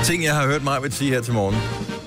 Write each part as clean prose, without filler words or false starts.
ting, jeg har hørt mig vil sige her til morgen.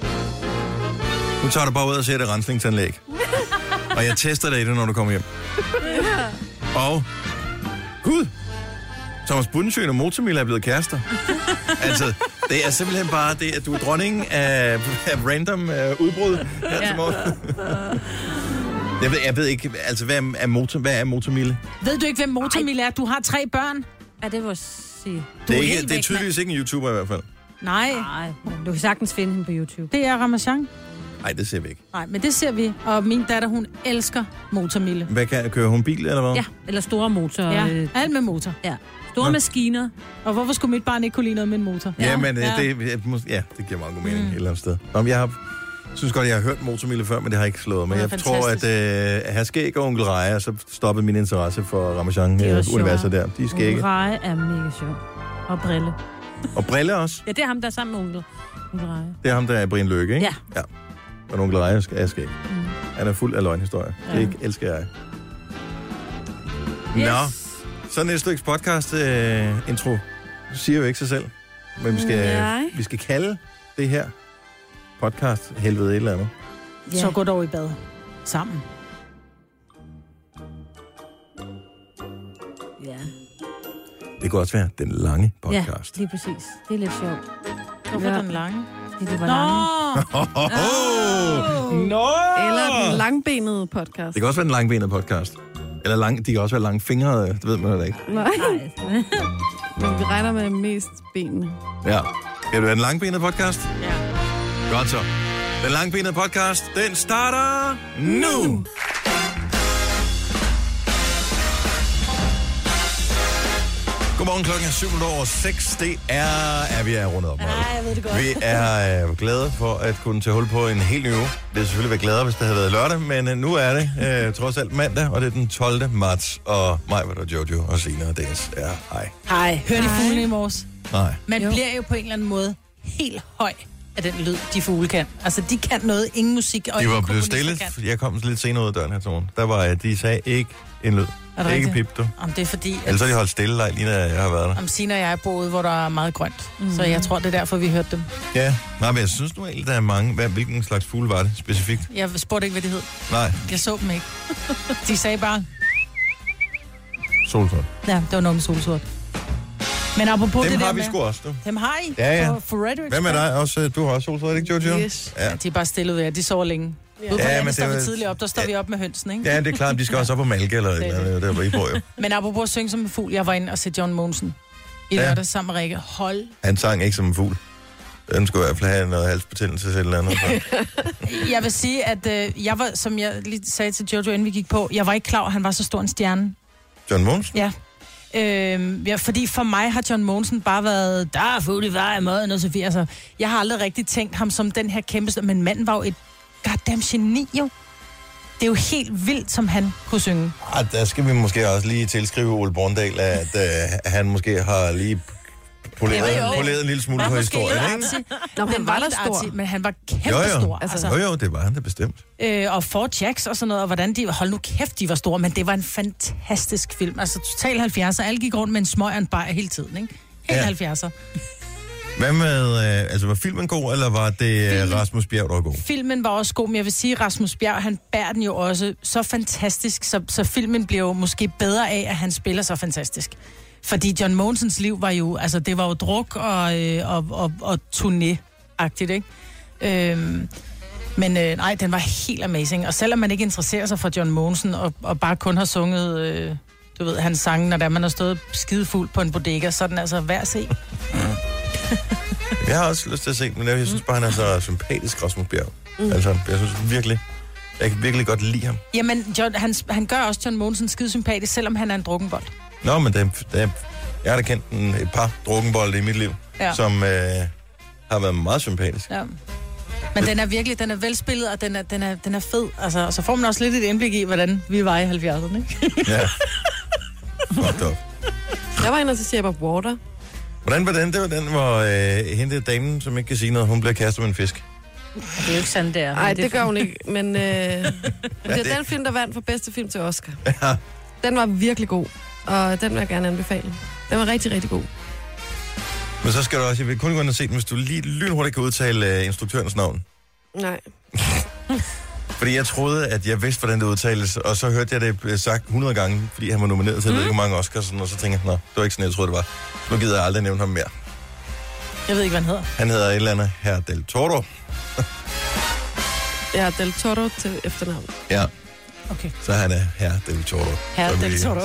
Nu tager du bare ud og ser det rensningsanlæg. Og jeg tester det, når du kommer hjem. Og... Gud! Thomas Budensjøen og Motormille er blevet kærester. Altså, det er simpelthen bare det, at du er dronningen af random udbrud her til morgen. Jeg ved ikke, altså, hvad er Motormille? Ved du ikke, hvem Motormille er? Du har 3 børn. Ja, det var sige. Det er tydeligvis ikke en YouTuber i hvert fald. Nej, men du kan sagtens finde hende på YouTube. det er Ramachan. Nej, det ser vi ikke. Nej, men det ser vi. Og min datter, hun elsker Motormille. Hvad kører hun bil, eller hvad? Ja, eller store motor. Ja, alt med motor. Ja, store maskiner. Og hvorfor skulle mit barn ikke kunne lide noget med en motor? Ja, men det giver meget god mening et eller andet sted. Nå, jeg synes godt, jeg har hørt Motormille før, men det har ikke slået mig. Jeg tror, at her skæg og onkel Reje, så stoppede min interesse for Ramachan-universet der. De skægge. Onkel Reje er mega sjov. Og Brille. Og Brille også? Ja, det er ham, der er sammen med onkel Reje. Det er ham, der er Brian Løkke, ikke? Ja. Og onkel Reje er skæg. Han er fuld af løgnhistorier. Ja. Det elsker jeg. Yes. Nå, så næste stykke podcast intro. Du siger jo ikke sig selv. Men vi skal kalde det her podcast helvede et eller andet. Ja. Så gå dog i bad. Sammen. Ja. Det kunne også være den lange podcast. Ja, lige præcis. Det er lidt sjovt. Hvorfor den lange? Det var lange. Nå! Eller den langbenede podcast. Det kan også være den langbenede podcast. Eller de kan også være langfingrede, det ved man jo ikke. Nej. Men vi regner med mest benene. Ja. Skal det være den langbenede podcast? Ja. Godt så. Den langbenede podcast, den starter nu! Godmorgen, klokken er 7:06. Det er vi er rundet op. Ja, jeg ved det godt. Vi er glade for at kunne tage hul på en helt ny uge. Det ville selvfølgelig være gladere, hvis det havde været lørdag, men nu er det trods alt mandag, og det er den 12. marts. Og mig, var der Jojo og Sina og Dennis er hej. Hej. Hørte I fuglene i morges? Nej. Man bliver jo på en eller anden måde helt høj af den lyd, de fugle kan. Altså, de kan noget, ingen musik og De var blevet stille. Jeg kom lidt senere ud af døren her til morgen. Der var, de sagde ikke en lyd. Ikke pip, du. Om det er fordi... Ellers har de holdt stille, lige når jeg har været der. Om Sina og jeg boede, hvor der er meget grønt. Så jeg tror, det er derfor, vi hørte dem. Ja. Nej, men jeg synes nu egentlig, der er mange. Hvilken slags fugle var det specifikt? Jeg spurgte ikke, hvad det hed. Nej. Jeg så dem ikke. De sagde bare... Solsort. Ja, det var noget med solsort. Men apropos dem det der har vi med... sgu også, du. Dem har I? Ja. For Frederiksberg. Hvad med dig også? Du har også solsort, ikke, Jojo? Yes. Ja. De er bare stille ud af. De sover længe. Ja, men det står vi tidligt op. Der står vi op med hønsen, ikke? Ja, det er klart. De skal også op på malke eller et eller andet, der hvor I bor jo. Men apropos at synge som en fugl, jeg var inde og se John Mogensen i lørdag sammen med Rikke. Hold. Han sang ikke som en fugl. Den skulle i hvert fald have noget halsbetændelse til et eller andet. Jeg vil sige, at jeg var, som jeg lige sagde til Jojo, inden vi gik på, jeg var ikke klar, at han var så stor en stjerne. John Mogensen? Ja. Ja, fordi for mig har John Mogensen bare været, der er fugl i vej af maden og så videre. Altså, jeg har aldrig rigtig tænkt ham som den her kæmpe... Men manden var jo et goddamn geni, jo. Det er jo helt vildt, som han kunne synge. Der skal vi måske også lige tilskrive Ole Borndal, at han måske har lige poleret en lille smule på historien, ikke? Nå, han var der stor. Men han var kæmpe stor. Altså. Jo, det var han da bestemt. Og Fort Jacks og sådan noget, og hvordan de... Hold nu kæft, de var store, men det var en fantastisk film. Altså, total 70'er. Alle gik rundt med en smøg og en bajer hele tiden, ikke? Helt 70'er. Hvad med, var filmen god, eller var det Rasmus Bjerg, der var god? Filmen var også god, men jeg vil sige, Rasmus Bjerg, han bærer den jo også så fantastisk, så filmen bliver jo måske bedre af, at han spiller så fantastisk. Fordi John Mogensens liv var jo, altså det var jo druk og turné-agtigt, ikke? Men nej, den var helt amazing. Og selvom man ikke interesserer sig for John Mogensen, og bare kun har sunget, du ved, hans sange, når man har stået skidefuld på en bodega, så er den altså værd at se. Jeg har også lyst til at se den, men jeg synes bare, han er så sympatisk, Rasmus Bjerg. Altså, jeg synes virkelig, jeg kan virkelig godt lide ham. Jamen, han gør også John Mogensen skide sympatisk, selvom han er en drukkenbold. Nå, men jeg har da kendt et par drukkenbolde i mit liv, som har været meget sympatisk. Ja. Men den er velspillet, og den er fed. Altså, og så får man også lidt et indblik i, hvordan vi var i 70'erne, ikke? Ja. Fucked up. Jeg var inde og til Shape of Water. Hvordan var den? Det var den, hvor hende damen, som ikke kan sige noget, hun bliver kastet med en fisk. Det er jo ikke sådan, det er. Nej, det gør hun ikke. Men det er den film, der vandt for bedste film til Oscar. Ja. Den var virkelig god, og den vil jeg gerne anbefale. Den var rigtig, rigtig god. Men så skal du også, jeg vil kun gå ind og se den, hvis du lige lynhurtigt kan udtale instruktørens navn. Nej. Fordi jeg troede, at jeg vidste, hvordan det udtales, og så hørte jeg det sagt 100 gange, fordi han var nomineret til, jeg ved ikke, hvor mange Oscars, og så tænkte jeg, det var ikke sådan, jeg troede, det var. Nu gider jeg aldrig nævne ham mere. Jeg ved ikke, hvad han hedder. Han hedder et eller andet Herr Del Toro. Jeg har Del Toro til efternavn. Ja. Okay. Så han er Herr Del Toro. Herr Del Toro.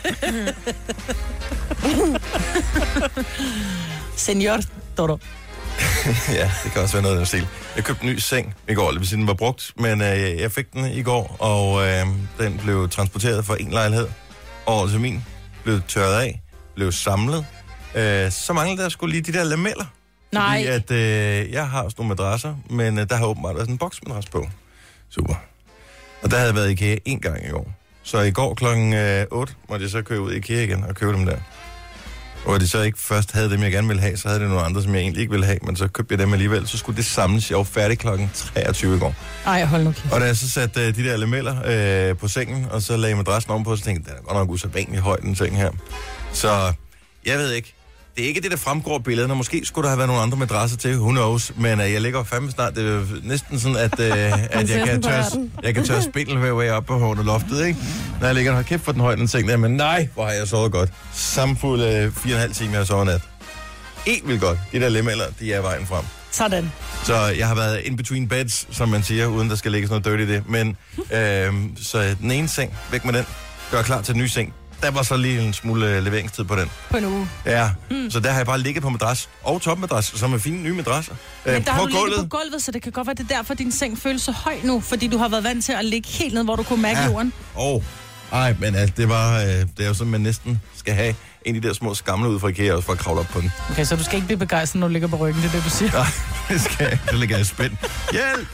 Senor Toro. Ja, det kan også være noget af den stil. Jeg købte en ny seng i går, det vil sige, den var brugt, men jeg fik den i går, og den blev transporteret fra en lejlighed over til min, blev tørret af, blev samlet. Så manglede der sgu lige de der lameller. Nej. Fordi at jeg har også nogle madrasser, men der har åbenbart været sådan en boksmadras på. Super. Og der havde jeg været i IKEA en gang i går. Så i går klokken 8 måtte jeg så køre ud i IKEA igen og købe dem der. Og de så ikke først havde dem, jeg gerne ville have, så havde det nogle andre, som jeg egentlig ikke ville have, men så købte jeg dem alligevel. Så skulle det samles. Jeg var færdig klokken 23 i går. Ej, hold nu kæft. Og da jeg så satte de der lameller på sengen, og så lagde madrassen ovenpå, så tænkte jeg, det er godt nok usædvanligt højt, den seng her. Så jeg ved ikke. Det er ikke det, der fremgår af billederne. Måske skulle der have været nogle andre madrasser til, who knows. Men jeg ligger fandme snart. Det er næsten sådan, at jeg kan tørre spindelvæv op på hårdt loftet, ikke? Når jeg ligger og har kæft for den højde den seng der, men nej, hvor har jeg sovet godt. Samfuld 4,5 timer, jeg har sovet nat. Helt vildt godt. De der lemmeller, de er vejen frem. Sådan. Så jeg har været in between beds, som man siger, uden der skal ligge sådan noget dirty i det. Men så den ene seng, væk med den, gør klar til den nye seng. Der var så lige en smule leveringstid på den. På en uge. Ja, så der har jeg bare ligget på madras og topmadras, som er fine nye madrasser. Men der har du ligget på gulvet, så det kan godt være, det er derfor, din seng føles så høj nu, fordi du har været vant til at ligge helt ned, hvor du kunne mærke jorden. Ej, men det er jo sådan, man næsten skal have en af de der små skamle ud fra IKEA, også for at kravle op på den. Okay, så du skal ikke blive begejstret, når du ligger på ryggen, det er det, du siger. Nej, det skal jeg ikke. Så ligger jeg spændt. Hjælp!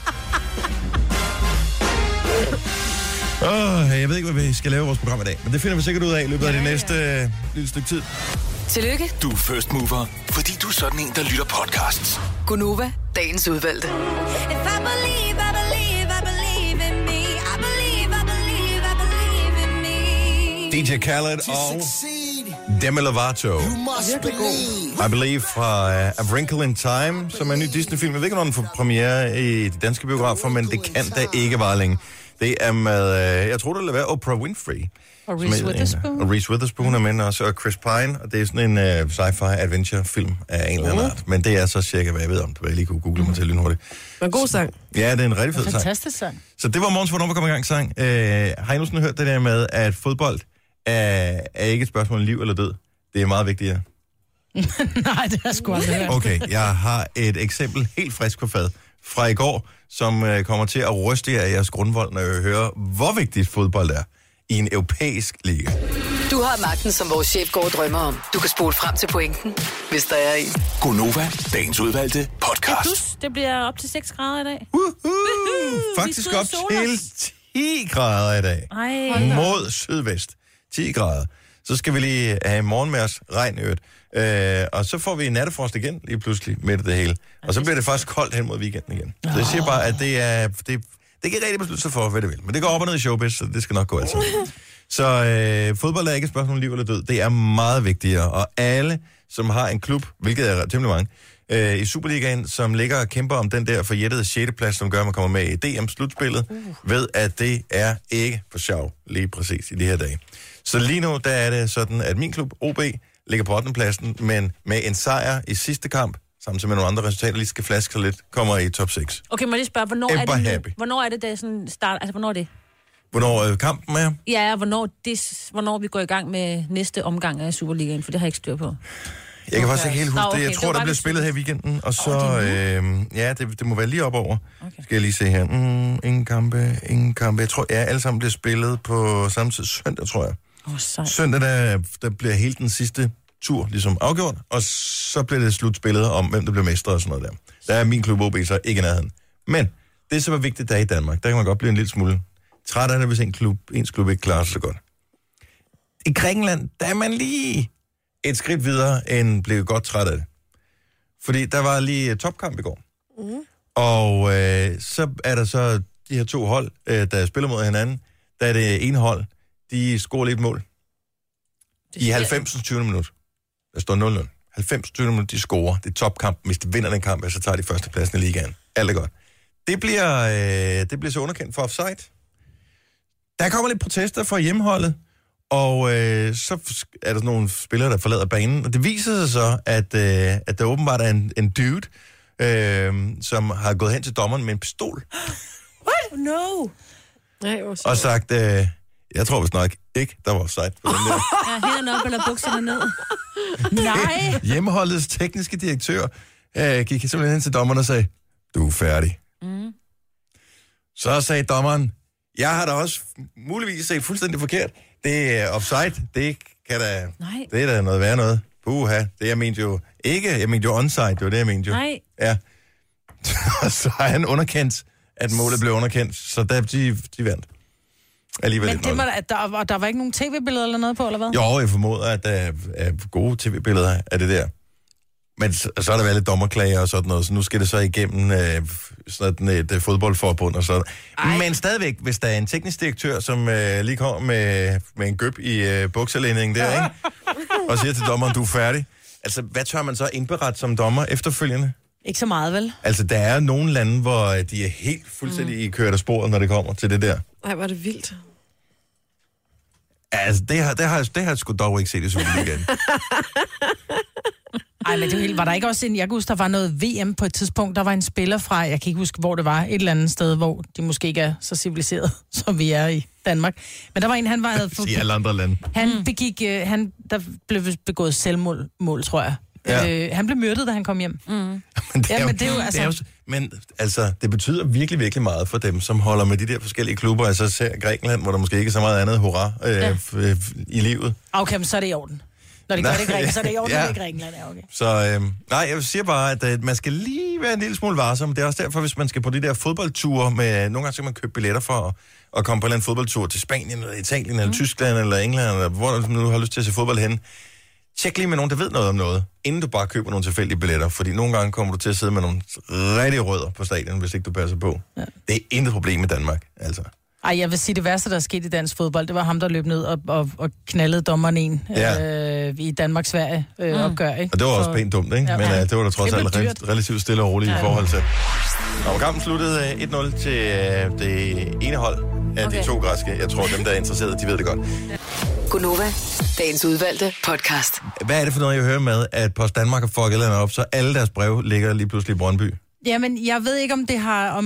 Jeg ved ikke, hvad vi skal lave i vores program i dag, men det finder vi sikkert ud af i løbet af det næste lille stykke tid. Tillykke. Du er first mover, fordi du er sådan en, der lytter podcasts. Gunova, dagens udvalgte. DJ Khaled og Demi Lovato. I Believe fra A Wrinkle in Time, som er en ny Disney-film. Jeg ved ikke, om den får premiere i de danske biografer, men det kan da ikke vare længe. Det er med, jeg tror, det vil være Oprah Winfrey. Og Reese Witherspoon. Og Reese Witherspoon er med også, og Chris Pine, og det er sådan en sci-fi adventure-film af en eller anden art. Men det er så cirka, hvad jeg ved om det, jeg lige kunne google mig til lynhurtigt. Men god sang. Ja, det er en rigtig fed sang. Fantastisk sang. Så det var morgens, hvornår vi kom i gang sang. Har I nu sådan hørt det der med, at fodbold er ikke et spørgsmål om liv eller død? Det er meget vigtigere. Nej, det har jeg sgu aldrig hørt. Okay, jeg har et eksempel helt frisk på fad fra i går, som kommer til at ryste jer af jeres grundvold, når jeg hører, hvor vigtigt fodbold er i en europæisk liga. Du har magten, som vores chef går og drømmer om. Du kan spole frem til pointen, hvis der er en. Gunova, dagens udvalgte podcast. Det bliver op til 6 grader i dag. Faktisk op til 10 grader i dag. Ej. Mod sydvest. 10 grader. Så skal vi lige have morgen med os, regn i øvrigt. Og så får vi nattefrost igen, lige pludselig, midt i det hele. Og så bliver det faktisk koldt hen mod weekenden igen. Så jeg siger bare, at det kan ikke rigtig beslutte sig for, hvad det vil. Men det går op og ned i showbiz, så det skal nok gå altså. Så fodbold er ikke et spørgsmål om liv eller død. Det er meget vigtigere. Og alle, som har en klub, hvilket er temmelig mange, i Superligaen, som ligger og kæmper om den der forjættede 6. plads, som gør, at man kommer med i DM-slutspillet, ved, at det er ikke for sjov lige præcis i de her dage. Så lige nu, der er det sådan, at min klub, OB, ligger på 8. pladsen, men med en sejr i sidste kamp, samtidig med nogle andre resultater, lige skal flaske sig lidt, kommer i top 6. Okay, må jeg lige spørge, hvornår er det, der sådan start, altså hvornår er det? Hvornår kampen er? Ja, hvornår vi går i gang med næste omgang af Superligaen, for det har jeg ikke styr på. Jeg kan faktisk ikke helt huske okay. det. Jeg tror, der bliver spillet her i weekenden, og så, det må være lige op over. Okay. Skal jeg lige se her. Ingen kampe. Jeg tror, alle sammen bliver spillet på samme tid søndag, tror jeg. Søndag, der bliver hele den sidste tur ligesom afgjort, og så bliver det slutspillet om, hvem der bliver mestre og sådan noget der. Der er min klub OB så ikke nærheden. Men det, som er vigtigt, der er i Danmark, der kan man godt blive en lille smule træt af det, hvis ens klub ikke klarer sig så godt. I Grækenland, der er man lige et skridt videre, end blev godt træt af det. Fordi der var lige topkamp i går. Og så er der så de her to hold, der spiller mod hinanden. Der er det ene hold, de scorer lidt mål. I 90. 20. minut. Der står 0-0. 90 minutter, de scorer. Det er topkamp. Hvis de vinder den kamp, så tager de førstepladsen i ligaen. Alt er godt. Det bliver så underkendt for offside. Der kommer lidt protester fra hjemmeholdet, og så er der sådan nogle spillere, der forlader banen. Og det viser sig så, at der åbenbart er en dude, som har gået hen til dommeren med en pistol. What? No! Nej, og sagt, jeg tror vist nok ikke, der var offside på den der. Ja, hænderne op eller bukserne ned. Nej! Hjemmeholdets tekniske direktør gik simpelthen hen til dommeren og sagde, du er færdig. Mm. Så sagde dommeren, jeg har da også muligvis set fuldstændig forkert. Det er offside, det kan da... Nej. Det er da noget værre noget. Puha, det jeg mente jo ikke, jeg mente jo onside, det var det jeg mente jo. Nej. Ja. Så har han underkendt, at målet blev underkendt, så de vandt. Alligevel. Men det var, der var ikke nogen tv-billeder eller noget på, eller hvad? Jo, jeg formoder, at der er gode tv-billeder af det der. Men så er der været lidt dommerklager og sådan noget, så nu skal det så igennem sådan et fodboldforbund og sådan. Men stadigvæk, hvis der er en teknisk direktør, som lige kommer med en gøb i bukserlændingen der, ikke? Og siger til dommeren, du er færdig. Altså, hvad tør man så indberette som dommer efterfølgende? Ikke så meget, vel? Altså, der er nogle lande, hvor de er helt fuldstændig kørt af sporet, når det kommer til det der. Ej, var det vildt. Altså, det har jeg sgu dog ikke set i Superligaen. Ej, men det helt, var der ikke også en... Jeg kan huske, der var noget VM på et tidspunkt. Der var en spiller fra... Jeg kan ikke huske, hvor det var. Et eller andet sted, hvor de måske ikke er så civiliseret, som vi er i Danmark. Men der var en, han var... I alle andre lande. Han begik... der blev begået selvmål, tror jeg. Ja. Han blev myrdet, da han kom hjem. Men det betyder virkelig, virkelig meget for dem, som holder med de der forskellige klubber. Altså ser Grækenland, hvor der måske ikke er så meget andet hurra i livet. Okay, men så er det i orden. Når de gør det i Grækenland, så er det i orden, i Grækenland. Ja, okay. Så jeg siger bare, at man skal lige være en lille smule varsom. Det er også derfor, hvis man skal på de der fodboldture, nogle gange skal man købe billetter for at komme på en eller anden fodboldtur til Spanien, eller Italien, eller Tyskland, eller England, eller hvor du nu har lyst til at se fodbold hen. Tjek lige med nogen, der ved noget om noget, inden du bare køber nogle tilfældige billetter, fordi nogle gange kommer du til at sidde med nogle rigtige rødder på stadion, hvis ikke du passer på. Ja. Det er intet problem i Danmark, altså. Ej, jeg vil sige, det værste, der er sket i dansk fodbold, det var ham, der løb ned og knaldede dommeren i Danmark-Sverige opgør, ikke? Og det var også pænt dumt, ikke? Ja. Men det var da trods alt relativt stille og roligt i forhold til. Og kampen sluttede 1-0 til det ene hold af de to græske. Jeg tror, dem, der er interesserede, de ved det godt. Gunova, dagens udvalgte podcast. Hvad er det for noget, jeg hører med, at Post Danmark har fucket eller op, så alle deres brev ligger lige pludselig i Brøndby? Jamen, jeg ved ikke, om det har,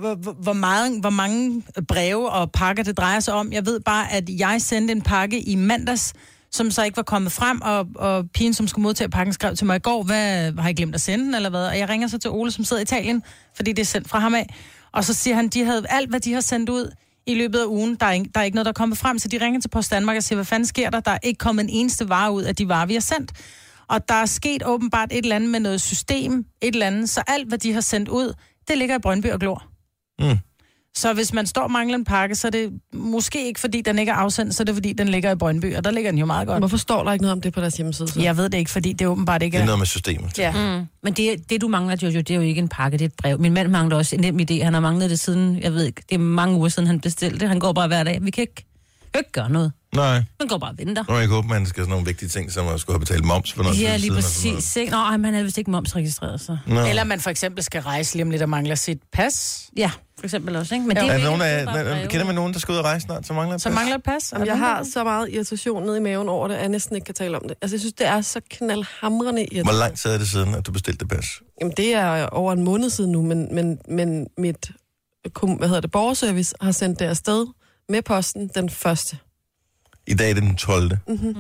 hvor mange breve og pakker det drejer sig om. Jeg ved bare, at jeg sendte en pakke i mandags, som så ikke var kommet frem, og pigen, som skulle modtage pakken, skrev til mig i går, hvad har I glemt at sende den, eller hvad? Og jeg ringer så til Ole, som sidder i Italien, fordi det er sendt fra ham af. Og så siger han, de havde alt, hvad de har sendt ud i løbet af ugen. Der er ikke noget, der er kommet frem, så de ringer til Post Danmark og siger, hvad fanden sker der? Der er ikke kommet en eneste vare ud af de varer, vi har sendt. Og der er sket åbenbart et eller andet med noget system, et eller andet, så alt, hvad de har sendt ud, det ligger i Brøndby og Glor. Mm. Så hvis man står og mangler en pakke, så er det måske ikke, fordi den ikke er afsendt, så er det, fordi den ligger i Brøndby, og der ligger den jo meget godt. Hvorfor står der ikke noget om det på deres hjemmeside? Så? Jeg ved det ikke, fordi det åbenbart ikke er... Det er noget med systemet. Ja. Mm. Men det, du mangler, Jojo, det er jo ikke en pakke, det er et brev. Min mand mangler også en nem idé. Han har manglet det siden, jeg ved ikke, det er mange uger siden, han bestilte det. Han går bare hver dag. Vi kan ikke gøre noget. Nej. Man går bare og venter. Nå, jeg håber, man skal sådan nogle vigtige ting, som at skulle have betalt moms for noget. Ja, lige præcis. Nå, man er vist ikke momsregistreret, så. Nå. Eller man for eksempel skal rejse lige om lidt og mangler sit pas. Ja, for eksempel også, ikke? Men det kender man nogen, der skal ud og rejse snart, så mangler et pas? Så mangler et pas? Jamen, jeg har så meget irritation nede i maven over det, at jeg næsten ikke kan tale om det. Altså, jeg synes, det er så knaldhamrende irriterende. Hvor lang tid er det siden, at du bestilte det pas? Jamen, det er over en måned siden nu, men mit borgerservice har sendt det afsted med posten den 1. I dag er det den 12.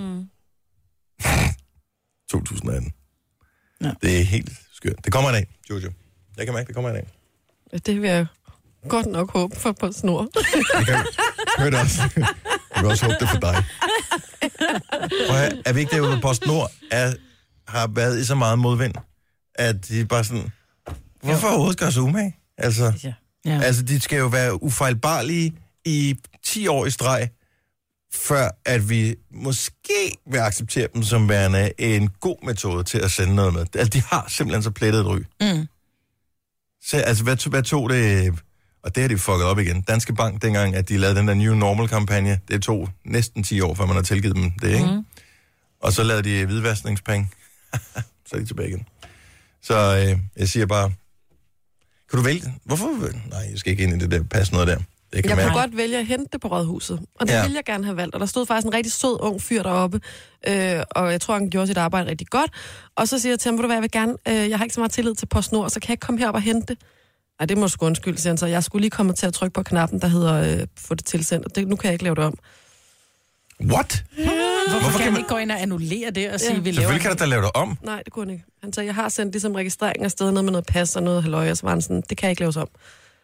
2018. Ja. Det er helt skørt. Det kommer en dag, Jojo. Jeg kan mærke, det kommer en dag. Det vil jeg godt nok håbe for på snor. Jeg kan høre det også. Jeg vil også håbe det for dig. Er vi ikke derude, hvor PostNord har været i så meget modvind, at de bare sådan, hvorfor overhovedet gøre så umage? Altså, altså, de skal jo være ufejlbarlige i 10 år i streg, før at vi måske vil acceptere dem som værende en god metode til at sende noget med. Altså, de har simpelthen så plettet et ryg. Mm. Så, altså, hvad tog det... Og det har de fucket op igen. Danske Bank, dengang, at de lavede den der New Normal-kampagne, det tog næsten 10 år, før man har tilgivet dem det, ikke? Mm. Og så lavede de hvidvaskningspenge. Så er de tilbage igen. Så jeg siger bare, kan du vælge? Hvorfor? Nej, jeg skal ikke ind i det der passe noget der. Jeg kunne godt vælge at hente det på Rådhuset, og det ville jeg gerne have valgt. Og der stod faktisk en rigtig sød, ung fyr deroppe, og jeg tror, han gjorde sit arbejde rigtig godt. Og så siger jeg til ham, ved du hvad, jeg vil gerne, jeg har ikke så meget tillid til PostNord, så kan jeg ikke komme herop og hente det? Nej, det må du sgu undskylde, siger han så. Jeg skulle lige komme til at trykke på knappen, der hedder få det tilsendt, og nu kan jeg ikke lave det om. What? Hvorfor kan man ikke gå ind og annullere det og sige, vi laver selvfølgelig kan du da lave det om. Nej, det kunne han ikke. Han sagde, jeg har sendt ligesom registrering afsted, noget med noget pas og noget halløj, og så var han sådan, det kan jeg ikke laves om.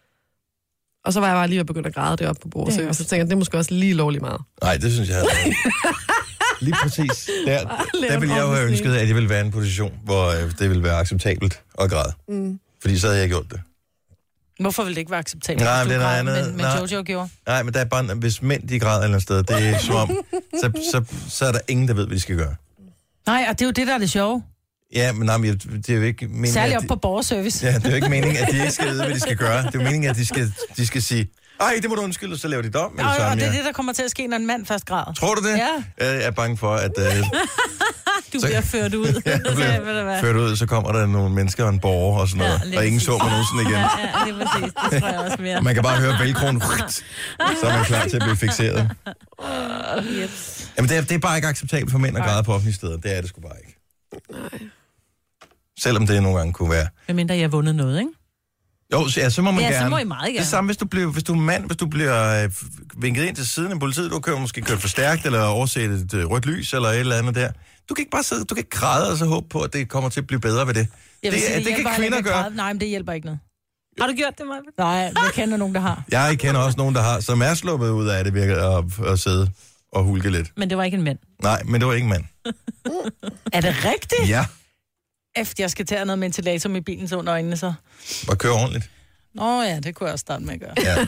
Og så var jeg bare lige begyndt at græde det op på bordet, og så tænkte jeg, det er måske også lige lovligt meget. Nej, det synes jeg havde. Lige præcis. Der ville jeg jo have ønsket, at jeg ville være i en position, hvor det ville være acceptabelt at græde. Fordi så havde jeg gjort det. Hvorfor ville det ikke være acceptabelt, nej, hvis det du er græd, andet. men Jojo gjorde? Nej, men der er bare, hvis mænd de græder et eller andet sted, det er som om, så er der ingen, der ved, hvad de skal gøre. Nej, og det er jo det, der er det sjove. Ja, men nej, det er jo ikke meningen, særligt op på borgerservice. Ja, det er jo ikke meningen, at de ikke skal vide, hvad de skal gøre. Det er jo meningen, at de skal sige, ej, det må du undskylde, og så laver de det om. Og det er det, der kommer til at ske, når en mand først græder. Tror du det? Ja. Jeg er bange for, at... Du bliver ført ud. Ja, du bliver ført ud, så kommer der nogle mennesker og en borger og sådan noget, og ingen så mig nogensinde igen. Ja, det er præcis. Det tror jeg også mere. Man kan bare høre velkronen, så er man klar til at blive fikseret. Jamen, det er bare ikke acceptabelt for mænd at græde på offentlige steder. Det er det sgu bare ikke. Nej. Selvom det nogle gange kunne være. Medmindre jeg har vundet noget, ikke? Jo, ja, så må man gerne. Ja, så må I meget gerne. Det samme, hvis du er mand, hvis du bliver vinket ind til siden af politiet, du kan måske køre for stærkt, eller oversætte et rødt lys, eller et eller andet der. Du kan ikke bare sidde, du kan ikke græde og så håbe på, at det kommer til at blive bedre ved det. Det kan kvinder gøre. Nej, men det hjælper ikke noget. Har du gjort det, Maja? Nej, jeg kender nogen, der har. Jeg kender også nogen, der har, som er sluppet ud af det, virker at sidde og hulke lidt. Men det var ikke en mand. Nej, men det var ikke en mand. Er det rigtigt? Ja. Efter jeg skal tage noget ventilator med bilen så under øjnene, så. Bare køre ordentligt. Nå ja, det kunne jeg også starte med at gøre. Ja.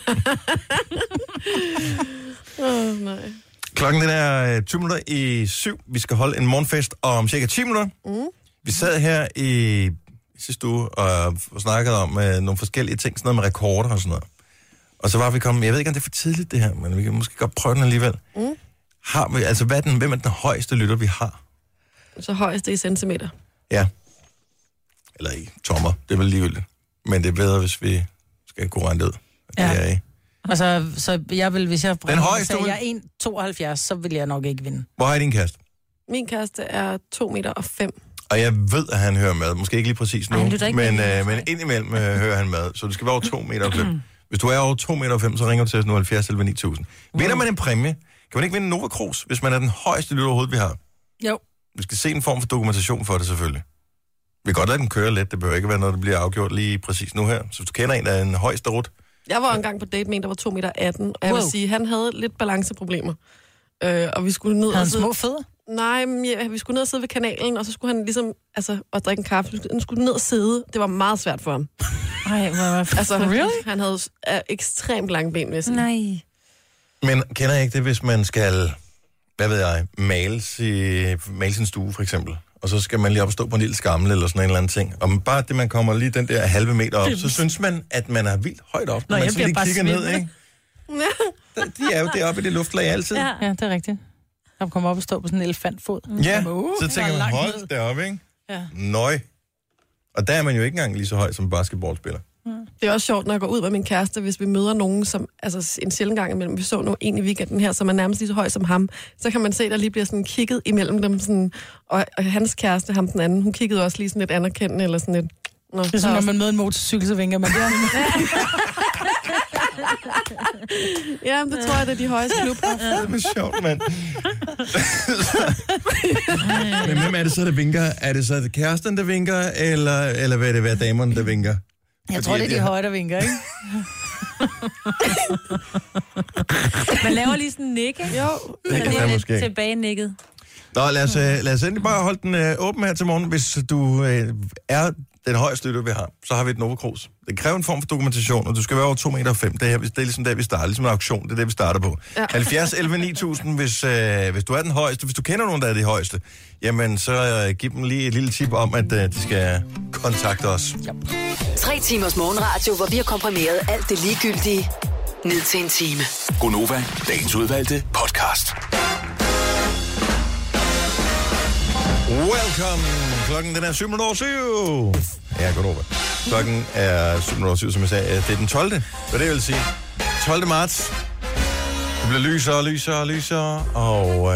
Nej. Klokken den er 7:20. Vi skal holde en morgenfest om cirka 10 minutter. Vi sad her i sidste uge og snakkede om nogle forskellige ting, sådan noget med rekorder og sådan noget. Og så var vi kommet, jeg ved ikke, om det er for tidligt det her, men vi kan måske godt prøve den alligevel. Har vi, altså hvem er den højeste lytter, vi har? Så højeste i centimeter. Ja. Eller i tommer, det er vel ligegyldigt. Men det er bedre, hvis vi skal kunne regne det ud. Ja. Det er så jeg vil, hvis jeg højeste jeg er 1,72, så vil jeg nok ikke vinde. Hvor er din kæreste? Min kæreste er 2,5 meter. Og jeg ved, at han hører med. Måske ikke lige præcis nu, Ej, men indimellem hører han med. Så du skal være over 2,5 meter. Hvis du er over 2,5 meter, så ringer du til os nu 70 11 9000. Vinder man en præmie? Kan man ikke vinde Nova Cruz, hvis man er den højeste lytter overhovedet, vi har? Jo. Vi skal se en form for dokumentation for det, selvfølgelig. Vi kan godt lade den køre lidt. Det behøver ikke være noget, der bliver afgjort lige præcis nu her. Så hvis du kender en, der er en højeste rut. Jeg var engang på date med en, der var 2,18 meter, og jeg vil sige, han havde lidt balanceproblemer. Og vi skulle ned og sidde... små fødder? Nej, men vi skulle ned og sidde ved kanalen, og så skulle han ligesom, og drikke en kaffe. Han skulle ned og sidde. Det var meget svært for ham. Ej, really? Han havde ekstremt lange ben med sig. Nej. Men kender jeg ikke det, hvis man skal, hvad ved jeg, male sin stue for eksempel? Og så skal man lige op og stå på en lille skammel eller sådan en eller anden ting. Og bare det, man kommer lige den der halve meter op, så synes man, at man er vildt højt op. Når man så lige kigger ned, ikke? De er jo deroppe i det luftlag altid. Ja, det er rigtigt. Der kommer op og stå på sådan en elefantfod. Ja, så tænker man, hold deroppe, ikke? Ja. Nøj. Og der er man jo ikke engang lige så høj som en basketballspiller. Det er også sjovt, når jeg går ud med min kæreste, hvis vi møder nogen, som en sjældent gang imellem, vi så nu en i weekenden her, som er nærmest lige så høj som ham, så kan man se, der lige bliver sådan kigget imellem dem, sådan, og hans kæreste, ham den anden, hun kiggede også lige sådan lidt anerkendende, eller sådan lidt... Nå, det er som, når man møder en motorcykel, så vinker man der. Ja, det tror jeg, det er de højeste klubber. Det er sjovt, mand. Men hvem er det så, der vinker? Er det så kæresten, der vinker, eller vil det være damerne, der vinker? Jeg tror, det er de høje, der vinker, ikke? Man laver lige sådan en nikke. Jo. Det kan være måske. Tilbage nikket. Nå, lad os endelig bare holde den åben her til morgen. Hvis du er den højeste lytter, vi har, så har vi et Nova Cruz. Det kræver en form for dokumentation, og du skal være over 2,5 meter. Det er ligesom der, vi starter. Ligesom en auktion, det er det, vi starter på. Ja. 70 11 9000, hvis du er den højeste. Hvis du kender nogen, der er de højeste, jamen så giv dem lige et lille tip om, at de skal kontakte os. Ja. 3 timers morgenradio, hvor vi har komprimeret alt det ligegyldige ned til en time. Gonova, dagens udvalgte podcast. Welcome. Klokken den er 7:07. Ja, godt over. Klokken er 7:07, som jeg sagde. Det er den 12. Hvad det vil sige? 12. marts. Det bliver lysere. Og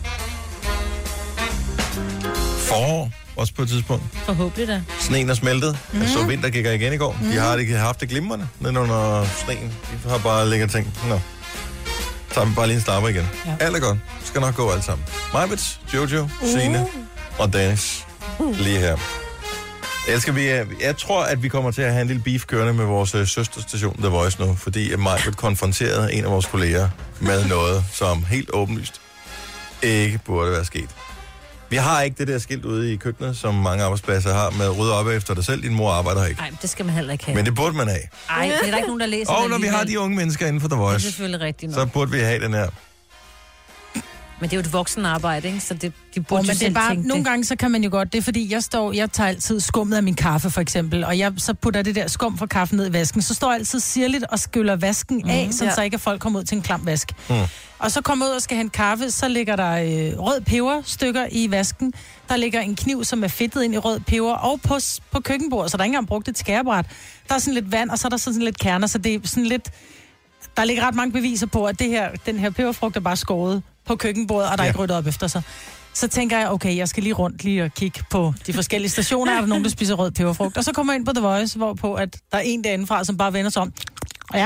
forår også på et tidspunkt. Forhåbentlig da. Sneen er smeltet. Jeg så vintergækker igen i går. De har ikke haft det glimrende nede under sneen. De har bare ligget og tænkt, nå, tager vi bare lige en slapper igen. Ja. Alt er godt. Skal nok gå alt sammen. Majbets, Jojo, Signe og Dennis. Lige her. Jeg tror, at vi kommer til at have en lille beef kørende med vores søsterstation The Voice nu, fordi Majbet konfronterede en af vores kolleger med noget, som helt åbenlyst ikke burde være sket. Vi har ikke det der skilt ude i køkkenet, som mange arbejdspladser har, med rydde op efter dig selv. Din mor arbejder ikke. Nej, det skal man heller ikke have. Men det burde man have. Nej, det er der ikke nogen, der læser. Og når vi har de unge mennesker inden for The Voice, det er selvfølgelig rigtigt nok. Så burde vi have den her. Men det er jo et voksenarbejde, ikke? Så de burde men det er bare, nogle gange så kan man jo godt, det er fordi, jeg tager altid skummet af min kaffe, for eksempel, og så putter det der skum fra kaffen ned i vasken, så står jeg altid sirligt og skyller vasken af, så ikke folk kommer ud til en klam vask. Og så kommer ud og skal hente kaffe, så ligger der rød peberstykker i vasken, der ligger en kniv, som er fedtet ind i rød peber, og på køkkenbordet, så der er ikke engang brugt et skærebræt. Der er sådan lidt vand, og så er der sådan lidt kerner, så det er sådan lidt... Der ligger ret mange beviser på, at den her peberfrugt er bare skåret på køkkenbordet, og der er ikke ryddet op efter sig. Så tænker jeg, okay, jeg skal lige rundt lige og kigge på de forskellige stationer. Er der nogen, der spiser rød peberfrugt? Og så kommer jeg ind på The Voice, hvorpå at der er en derindefra, som bare vender sig om. Ja.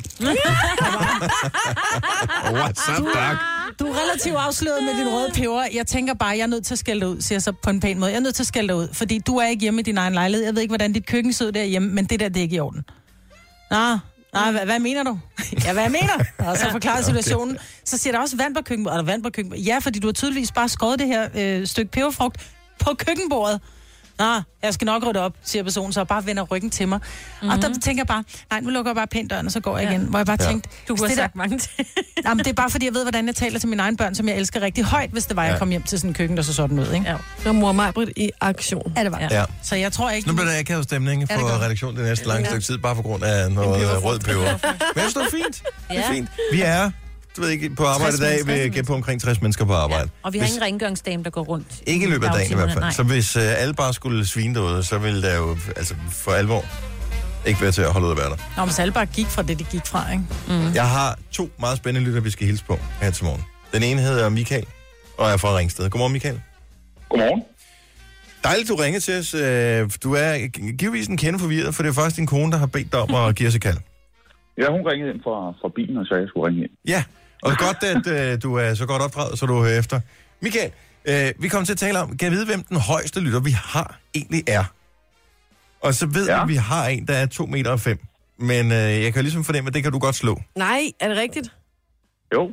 What's up, Doc? Du er relativt afsløret med din røde peber. Jeg tænker bare, jeg er nødt til at skælde dig ud, siger jeg så på en pæn måde. Jeg er nødt til at skælde dig ud, fordi du er ikke hjemme i din egen lejlighed. Jeg ved ikke, hvordan dit køkken sidder derhjemme, men det er ikke i orden. Nej, hvad mener du? Ja, hvad jeg mener? Og så forklarer situationen. Så siger der også vand på køkkenbordet. Er der vand på køkkenbordet? Ja, fordi du har tydeligvis bare skåret det her stykke peberfrugt på køkkenbordet. Jeg skal nok rydde op, siger personen, så bare vender ryggen til mig. Og der tænker jeg bare, nej, nu lukker jeg bare pænt døren, og så går jeg igen. Hvor jeg bare tænkte... Du kunne have sagt mange ting. Jamen, det er bare fordi, jeg ved, hvordan jeg taler til mine egne børn, som jeg elsker rigtig højt, hvis det var, jeg kom hjem til sådan en køkken, der så sådan ud, ikke? Ja. Det var mor Majbrit i aktion. Ja, det var. Ja. Så jeg tror ikke... Nu bliver der akavet stemning for redaktionen det næste lange stykke tid, bare på grund af noget rød peber. Men det står fint. Det er fint. Vi er... Du ved ikke, på arbejde i dag vil gætte på omkring 60 mennesker på arbejde. Ja. Og vi har ingen rengøringsdame, der går rundt. Ikke i løbet af dagen i hvert fald. Nej. Så hvis alle bare skulle svine derude, så ville der jo altså for alvor ikke være til at holde ud at være der. Nå, men så alle bare gik fra det, de gik fra, ikke? Jeg har 2 meget spændende lytter, vi skal hilse på her til morgen. Den ene hedder Michael, og er fra Ringsted. Godmorgen, Michael. Godmorgen. Dejligt, du ringer til os. Du er givetvis en kende forvirret, for det er faktisk din kone, der har bedt dig om at give os et kald. Ja, hun ringede ind fra bilen og sagde, at jeg skulle ringe ind. Ja. Og det er godt, at du er så godt opdraget, så du hører efter. Michael, vi kommer til at tale om, kan jeg vide, hvem den højeste lytter, vi har, egentlig er? Og så ved vi, at vi har en, der er 2,5 meter. Men jeg kan ligesom fornemme, at det kan du godt slå. Nej, er det rigtigt? Jo.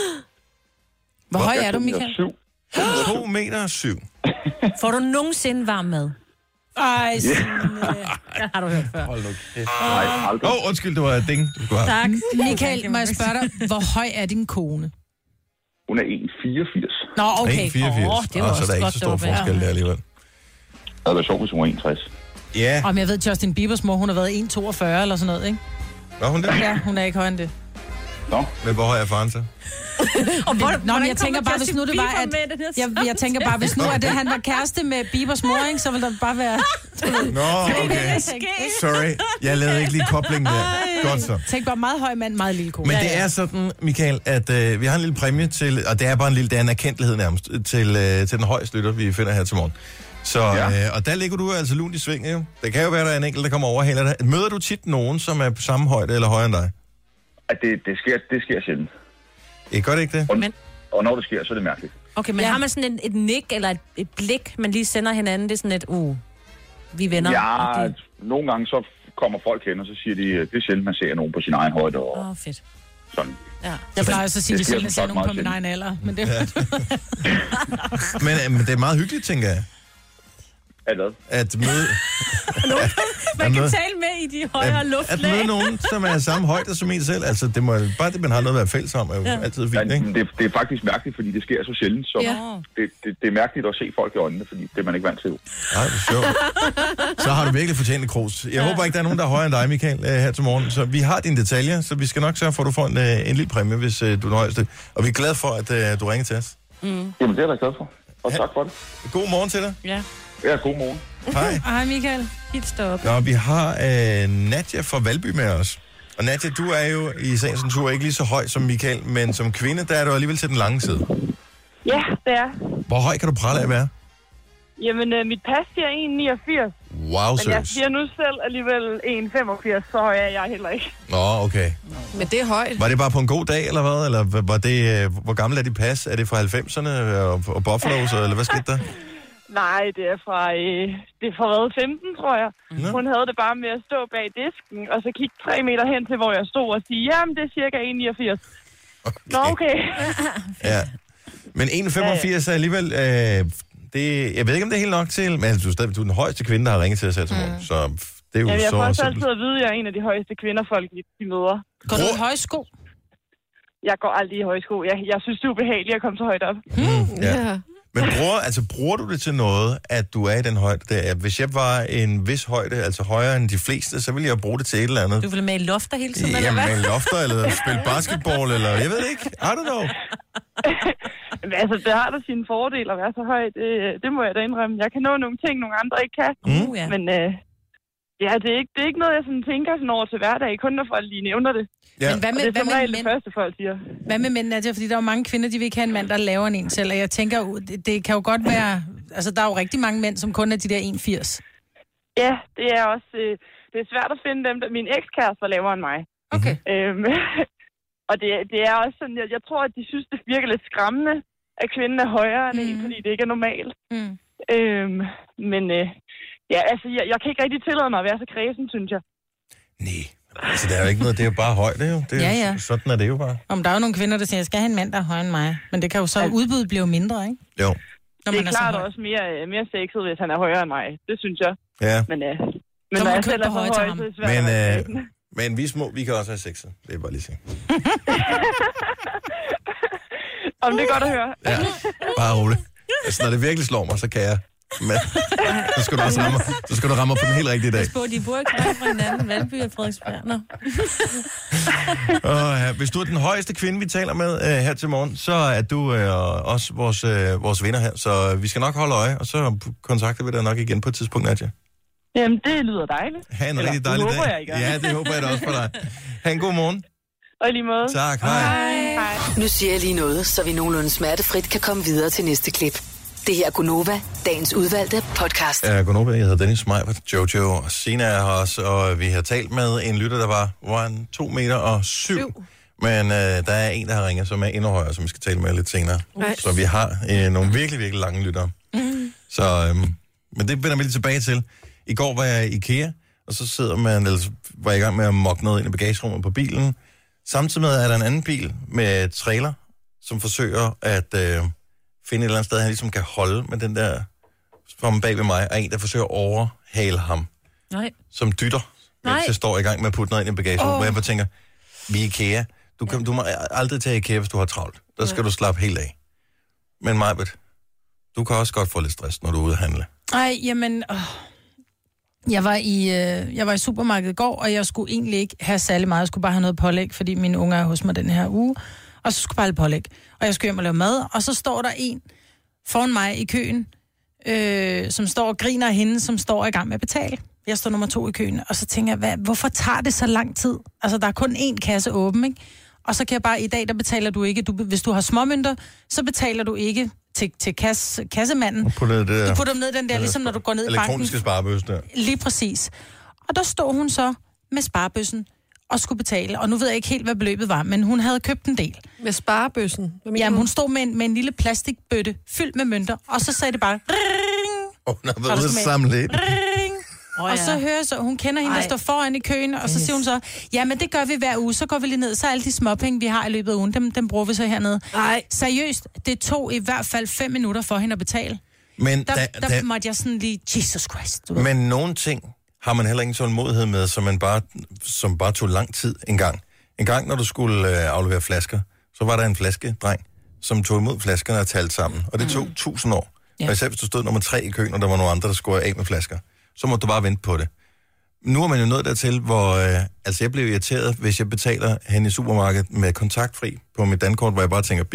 Hvor høj er du, Michael? 2,7 meter. Får du nogensinde varm mad? Ej, det har du hørt før. Hold nu kæft. Undskyld, det var et ding. Tak. Michael, må jeg spørge dig, hvor høj er din kone? Hun er 1,84. Nå, okay. 1,84. Det var så der er ikke så stor forskel der alligevel. Det havde været sjovt, hvis hun var 1,60. Ja. Om jeg ved, Justin Biebers mor, hun har været 1,42 eller sådan noget, ikke? Var hun det? Ja, hun er ikke højere end det. Nå. Men hvor høj er faren så? Men jeg tænker bare, hvis nu det var, at... Jeg tænker bare, hvis nu at han var kæreste med Biebers mor, ikke, så ville der bare være... Nå, okay. Sorry, jeg lavede ikke lige koblingen der. Godt så. Tænk bare, meget høj mand, meget lille kone. Men det er sådan, Michael, at vi har en lille præmie til, og det er bare en lille, det er en erkendelighed nærmest, til den højeste lytter, vi finder her til morgen. Så, og der ligger du altså lunt i sving, jo. Det kan jo være, der er en enkelt, der kommer over heller. Møder du tit nogen, som er på samme højde eller højere end dig? Det sker sjældent. Gør det ikke det? Og når det sker, så er det mærkeligt. Okay, men har man sådan et nik eller et blik, man lige sender hinanden? Det er sådan et, vi venner. Ja, nogle gange så kommer folk hen, og så siger de, det er sjældent, man ser nogen på sin egen højde. Fedt. Sådan. Ja. Jeg plejer også at sige, at det er sjældent, at ser nogen på min egen alder. Men det... men det er meget hyggeligt, tænker jeg. At møde... man kan tale med i de højere luftlag. At møde nogen, som er samme højde som en selv. Altså, det må bare det, man har noget at være fælles om, er jo altid fint, ikke? Det er faktisk mærkeligt, fordi det sker så sjældent. Så det er mærkeligt at se folk i øjnene, fordi det er man ikke vant til. Nej, det er sjovt. Så har du virkelig fortjent et krus. Jeg håber ikke, der er nogen, der er højere end dig, Michael, her til morgen. Så vi har dine detaljer, så vi skal nok sørge for, at du får en lille præmie, hvis du er den højeste. Og vi er glade for, at du ringer til os. Jamen, det er jeg da glad for. Og tak for det. God morgen til dig. Ja. Ja, god morgen. Hej. Hej Michael. Helt stop. Nå, vi har Nadja fra Valby med os. Og Nadja, du er jo i sagens natur ikke lige så høj som Michael, men som kvinde, der er du alligevel til den lange side. Ja, det er. Hvor høj kan du prale af at være? Jamen, mit pas siger 1,89. Wow, Men jeg seriøst. siger nu selv alligevel 1,85, så høj er jeg heller ikke. Nå, okay. Men det er højt. Var det bare på en god dag, eller hvad? Eller var det, hvor gammel er dit pas? Er det fra 90'erne og Buffalo's, eller hvad skete der? Nej, det er fra 15, tror jeg. Nå. Hun havde det bare med at stå bag disken, og så kigge 3 meter hen til, hvor jeg stod og sige, jamen, det er cirka 1,89. Okay. Nå, okay. Ja. Men 1,85 er alligevel... jeg ved ikke, om det er helt nok til, men du er stadig den højeste kvinde, der har ringet til os her til morgen. Så det er jo Jamen, jeg så får også simpelt. altid at vide, at jeg er en af de højeste kvinderfolk, de møder. Går du i højsko? Jeg går aldrig i højsko. Jeg synes, det er ubehageligt at komme så højt op. Ja. Men bruger du det til noget, at du er i den højde der? Hvis jeg var en vis højde, altså højere end de fleste, så ville jeg bruge det til et eller andet. Du ville med i lofter hele tiden, eller Jamen, hvad? med lofter, eller spille basketball, eller jeg ved det ikke. I don't know. Men altså, det har da sine fordele at være så høj. Det må jeg da indrømme. Jeg kan nå nogle ting, nogle andre ikke kan. Ja. Men ja, det er ikke noget, jeg sådan tænker sådan over til hverdag. Kun når folk lige nævner det. Ja. Men hvad Og med, det er hvad som med regel det mænd? første, folk siger. Hvad med mænd, Nadia? Fordi der er jo mange kvinder, de vil ikke have en mand, der laver en selv. Og jeg tænker, det kan jo godt være... Altså, der er jo rigtig mange mænd, som kun er de der 1,80. Ja, det er også... det er svært at finde dem, der min ekskæreste var lavere end mig. Okay. Og det er også sådan, jeg tror, at de synes, det virker lidt skræmmende, at kvinden er højere end en, fordi det ikke er normalt. Men ja, altså, jeg kan ikke rigtig tillade mig at være så kræsen, synes jeg. Nej, altså der er jo ikke noget, det er jo bare højde jo. Det er, Ja. Sådan er det jo bare. Om der er jo nogle kvinder, der siger, jeg skal have en mand, der er højere end mig. Men det kan jo så udbuddet blive mindre, ikke? Jo, Når Det man er så klart høj. også mere sexet, hvis han er højere end mig. Det synes jeg. ja. Men Så må når du jeg købe selv er på for høje til høj, ham. så er det svært at være kræsen. Men vi små, vi kan også have sexet. Det er bare lige at sige. Om det er godt at høre. Ja, bare roligt. Altså, når det virkelig slår mig, så kan jeg. Men så skal du også ramme mig på den helt rigtige dag. På, de bor ikke langt fra hinanden, Valby og Frederiksberg. Nå. Hvis du er den højeste kvinde, vi taler med her til morgen, så er du også vores vinder her. Så vi skal nok holde øje, og så kontakter vi dig nok igen på et tidspunkt, Nadja. Jamen, det lyder dejligt. Ha' en rigtig dejlig det dag. håber jeg, I gør. Ja, det håber jeg da også for dig. Ha' en god morgen. Og i lige måde. Tak, hej. Hej. Nu siger jeg lige noget, så vi nogenlunde smertefrit kan komme videre til næste klip. Det her er Gunova, dagens udvalgte podcast. Godnova, jeg hedder Dennis Meyer, Jojo og Sina er her også, og vi har talt med en lytter, der var 2,7 meter. Men der er en, der har ringet, som er endnu højere, som vi skal tale med lidt senere. Så vi har nogle virkelig, virkelig lange lyttere. Så, men det vender vi lige tilbage til. I går var jeg i IKEA, og så var jeg i gang med at mokke noget ind i bagagerummet på bilen. Samtidig med er der en anden bil med trailer, som forsøger at finde et eller andet sted, han ligesom kan holde med den der from bag ved mig, og en, der forsøger at overhale ham, Nej. som dytter, mens jeg står i gang med at putte noget ind i bagagerummet, hvor jeg bare tænker, vi er IKEA. Du må aldrig tage IKEA, hvis du har travlt. Der skal du slappe helt af. Men Majbet, du kan også godt få lidt stress, når du er ude at handle. Ej, jamen... Jeg var i supermarkedet i går, og jeg skulle egentlig ikke have særlig meget. Jeg skulle bare have noget pålæg, fordi mine unger er hos mig den her uge. Og så skulle jeg bare have pålæg. Og jeg skulle hjem og lave mad, og så står der en foran mig i køen, som står og griner af hende, som står i gang med at betale. Jeg står nummer 2 i køen, og så tænker jeg, hvorfor tager det så lang tid? Altså, der er kun én kasse åben, ikke? Og så kan jeg bare, i dag, der betaler du ikke. Hvis du har småmønter, så betaler du ikke til kassemanden. Du putter dem ned den der, ligesom når du går ned i banken. elektroniske sparebøs der. Lige præcis. Og der stod hun så med sparebøssen og skulle betale. Og nu ved jeg ikke helt, hvad beløbet var, men hun havde købt en del. Med sparebøssen? Jamen, hun stod med en lille plastikbøtte fyldt med mønter, og så sagde det bare... Hun har været ude at samle ind. Og så hører jeg så, hun kender hende, der står foran i køen, og så siger hun så, ja, men det gør vi hver uge, så går vi lige ned, så alle de småpenge, vi har i løbet af ugen, dem bruger vi så hernede. Nej. Seriøst, det tog i hvert fald 5 minutter for hende at betale. Men, Der måtte jeg sådan lige, Jesus Christ. Du ved. men nogle ting har man heller ingen tålmodighed med, som bare tog lang tid en gang. En gang, når du skulle aflevere flasker, så var der en flaskedreng, som tog imod flaskerne og talte sammen. Og det tog 1000 år. Ja. Og især hvis du stod nummer 3 i køen, og der var nogle andre, der skulle af med flasker, så måtte du bare vente på det. Nu er man jo nået dertil, hvor altså jeg blev irriteret, hvis jeg betaler hen i supermarkedet med kontaktfri på mit dankort, hvor jeg bare tænker bip,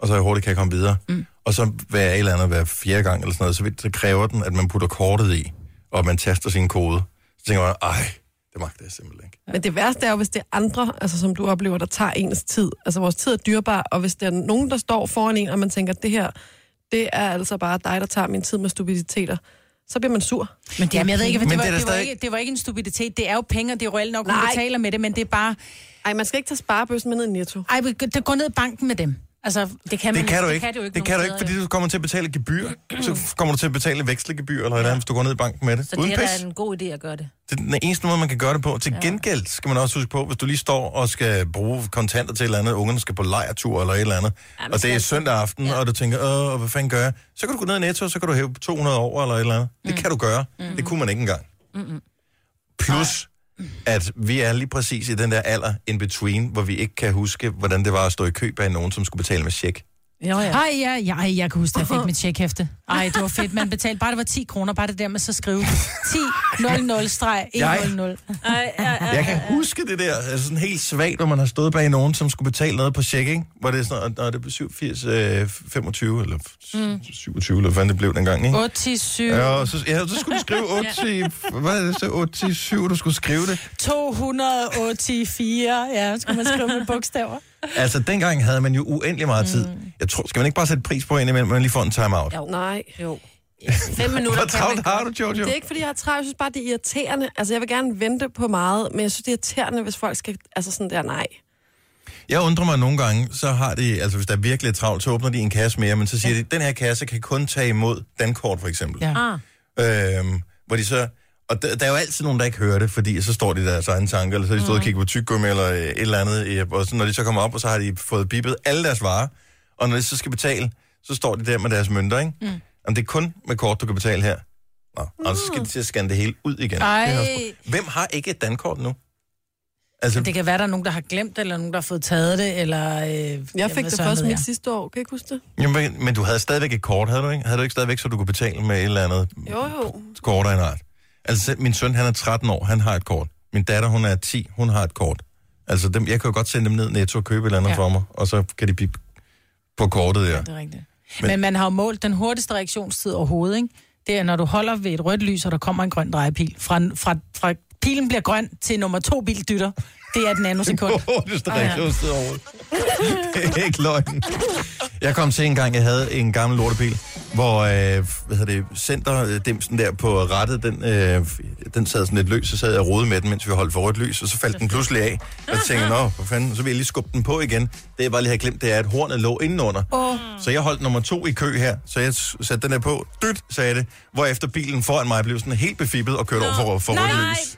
og så hurtigt kan jeg komme videre. Og så hver fjerde gang eller sådan noget, så kræver den, at man putter kortet i, og man taster sin kode. Så tænker man, det magter jeg simpelthen ikke. Men det værste er jo, hvis det er andre, altså som du oplever, der tager ens tid. Altså vores tid er dyrbar, og hvis der er nogen, der står foran en, og man tænker, det her, det er altså bare dig, der tager min tid med stupiditeter, så bliver man sur. Men det, jeg ved ikke, det var ikke en stupiditet. Det er jo penge, og det er reelt nok, hun betaler med det, men det er bare... Ej, man skal ikke tage sparebøssen med ned i Netto. Ej, det går ned i banken med dem. Altså, det kan du ikke. Det kan du ikke, fordi du kommer til at betale gebyr. Så kommer du til at betale vekslegebyr, eller hvad, hvis du går ned i banken med det. Så det er da en god idé at gøre det. Det er den eneste måde, man kan gøre det på. Til gengæld skal man også huske på, hvis du lige står og skal bruge kontanter til et eller andet, ungerne skal på lejrtur eller et eller andet, og det er søndag aften, og du tænker, hvad fanden gør jeg? Så kan du gå ned i Netto, og så kan du hæve 200 over eller et eller andet. Det kan du gøre. Det kunne man ikke engang. Plus, at vi er lige præcis i den der alder in between, hvor vi ikke kan huske, hvordan det var at stå i kø bag nogen, som skulle betale med check. Jeg kan huske, at jeg fik mit checkhæfte. Ej, det var fedt. Man betalte bare, det var 10 kroner, bare det der med så skrive 10.00/100. Jeg kan huske det der, altså sådan helt svagt, hvor man har stået bag nogen, som skulle betale noget på check, ikke? Hvor det er sådan, det blev 87, 25 eller 27, eller hvad det blev dengang, ikke? 87. Ja, så skulle du skrive 80, hvad er det så? 87, du skulle skrive det. 284, ja, skulle man skrive med bogstaver. Altså, dengang havde man jo uendelig meget tid. Jeg tror, skal man ikke bare sætte pris på indimellem, man lige får en time-out? Jo. Nej. Jo. 5 minutter Hvor travlt har du, Jojo? Det er ikke, fordi jeg har travlt. Jeg synes bare, det er irriterende. Altså, jeg vil gerne vente på meget, men jeg synes, det er irriterende, hvis folk skal... Altså, sådan der, nej. Jeg undrer mig nogle gange, så har de... Altså, hvis der er virkelig travlt, så åbner de en kasse mere, men så siger de, den her kasse kan kun tage imod dankort, for eksempel. Ja. Hvor de så... Og der er jo altid nogen, der ikke hører det, fordi så står de der deres egen tanker, eller så har de stået og kigget på tyggegummi eller et eller andet. Og så, når de så kommer op, og så har de fået bippet alle deres varer, og når de så skal betale, så står de der med deres mønter, ikke? Om det er kun med kort, du kan betale her. Og så skal de til at scanne det hele ud igen. Hvem har ikke et dankort nu? Altså... Det kan være, der er nogen, der har glemt, eller nogen, der har fået taget det, eller... Jeg fik det først mit sidste år, kan jeg ikke huske det? Jamen, men du havde stadigvæk et kort, havde du ikke? Havde du ikke stadigvæk, så du kunne betale med et eller andet kort af en art? Altså, min søn, han er 13 år, han har et kort. Min datter, hun er 10, hun har et kort. Altså, jeg kan jo godt sende dem ned Netto og købe et eller andet for mig, og så kan de bippe på kortet der. Ja, det er rigtigt. Men man har jo målt den hurtigste reaktionstid overhovedet, ikke? Det er, når du holder ved et rødt lys, og der kommer en grøn drejepil. Fra pilen bliver grøn til nummer 2 bil dytter. Det er den nanosekund. Hurtigste reaktionstid overhovedet. Det er ikke løgn. Jeg kom til en gang, jeg havde en gammel lortebil, hvor centerdimsen der på rattet, den sad sådan lidt løs, så sad jeg og rodede med den, mens vi holdt for rødt lys, og så faldt den pludselig af. Og så tænkte jeg, for fanden, så vil jeg lige skubbe den på igen. Det jeg bare lige har glemt, det er, at hornet lå indenunder. Så jeg holdt nummer 2 i kø her, så jeg satte den der på, sagde det, hvorefter bilen foran mig blev sådan helt befippet og kørte over for rødt lys.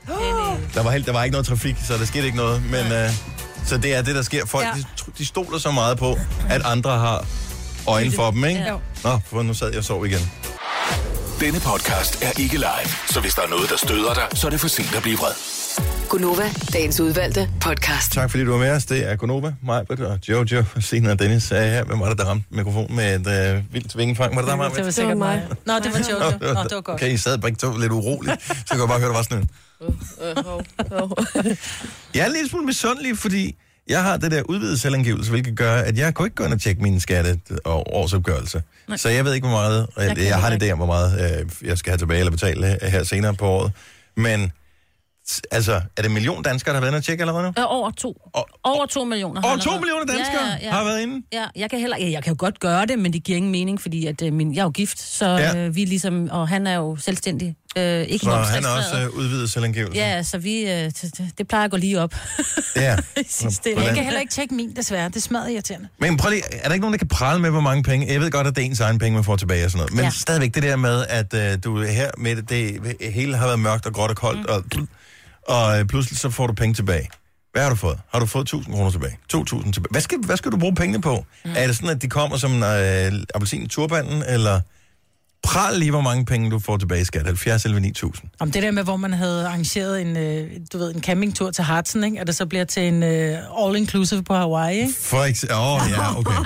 Der var ikke noget trafik, så der skete ikke noget, men så det er det, der sker. Folk, de stoler så meget på, at andre har øjne for dem, ikke? Nå, for nu sad jeg og sov igen. Denne podcast er ikke live, så hvis der er noget, der støder dig, så er det for sent at blive vred. Gunova, dagens udvalgte podcast. Tak fordi du var med os. Det er Gunova, Majbert og Jojo, Signe og Dennis sagde her. Hvem var det, der ramte mikrofonen med et vildt vingefang? Var det der, Majbert? Det var sikkert mig. Nå, det var Jojo. Nå, det var godt. Okay, I sad begge to lidt uroligt, så kan jeg bare høre, der var sådan Jeg er en lille smule misundelig, fordi jeg har det der udvidet selvangivelse, hvilket gør, at jeg kunne ikke gå ind og tjekke min skatte- og årsopgørelse. Nej. Så jeg ved ikke, hvor meget... Jeg har en idé om, hvor meget jeg skal have tilbage eller betale her senere på året. Men altså, er det 1 million danskere, der har været inde og tjekke allerede nu? Over 2. Over 2 millioner. Over 2 millioner danskere har været inde? Ja, jeg kan jo godt gøre det, men det giver ingen mening, fordi at, jeg er jo gift, så vi ligesom... Og han er jo selvstændig. Ikke så han er også udvidet selvangivelse? Ja, så vi... det plejer at gå lige op. Ja. Jeg kan heller ikke tjekke min, desværre. Det smadrer irriterende. Men prøv lige, er der ikke nogen, der kan prale med, hvor mange penge? Jeg ved godt, at det er ens egen penge, man får tilbage og sådan noget. Men stadigvæk det der med, at du er her med det hele har været mørkt og gråt og koldt, og pludselig så får du penge tilbage. Hvad har du fået? Har du fået 1.000 kroner tilbage? 2.000 tilbage? Hvad skal du bruge pengene på? Er det sådan, at de kommer som appelsin i turbanden, eller... Pral lige, hvor mange penge du får tilbage i skat. 70 eller 9.000. Om det der med, hvor man havde arrangeret en campingtur til Hartsen, ikke? Og det så bliver til en all-inclusive på Hawaii, ikke? For eksempel. Ja, okay.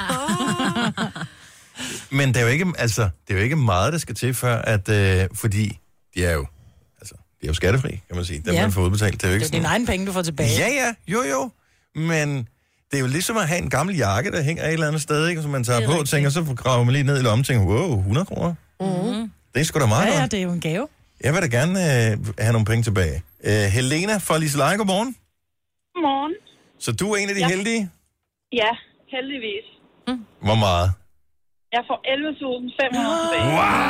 Men det er jo ikke meget, der skal til før, at fordi de er jo skattefri, kan man sige. Dem man får udbetalt. Det er dine egne penge, du får tilbage. Ja, jo. Men Det er jo ligesom at have en gammel jakke, der hænger et eller andet sted, ikke? Som man tager på og tænker, så graver man lige ned i lommen og tænker, wow, 100 kroner. Mm-hmm. Det er sgu da meget godt. Ja, det er jo en gave. Jeg vil da gerne have nogle penge tilbage. Helena fra Liseleje, godmorgen. Godmorgen. Så du er en af de heldige? Ja, heldigvis. Hvor meget? Jeg får 11.500 tilbage.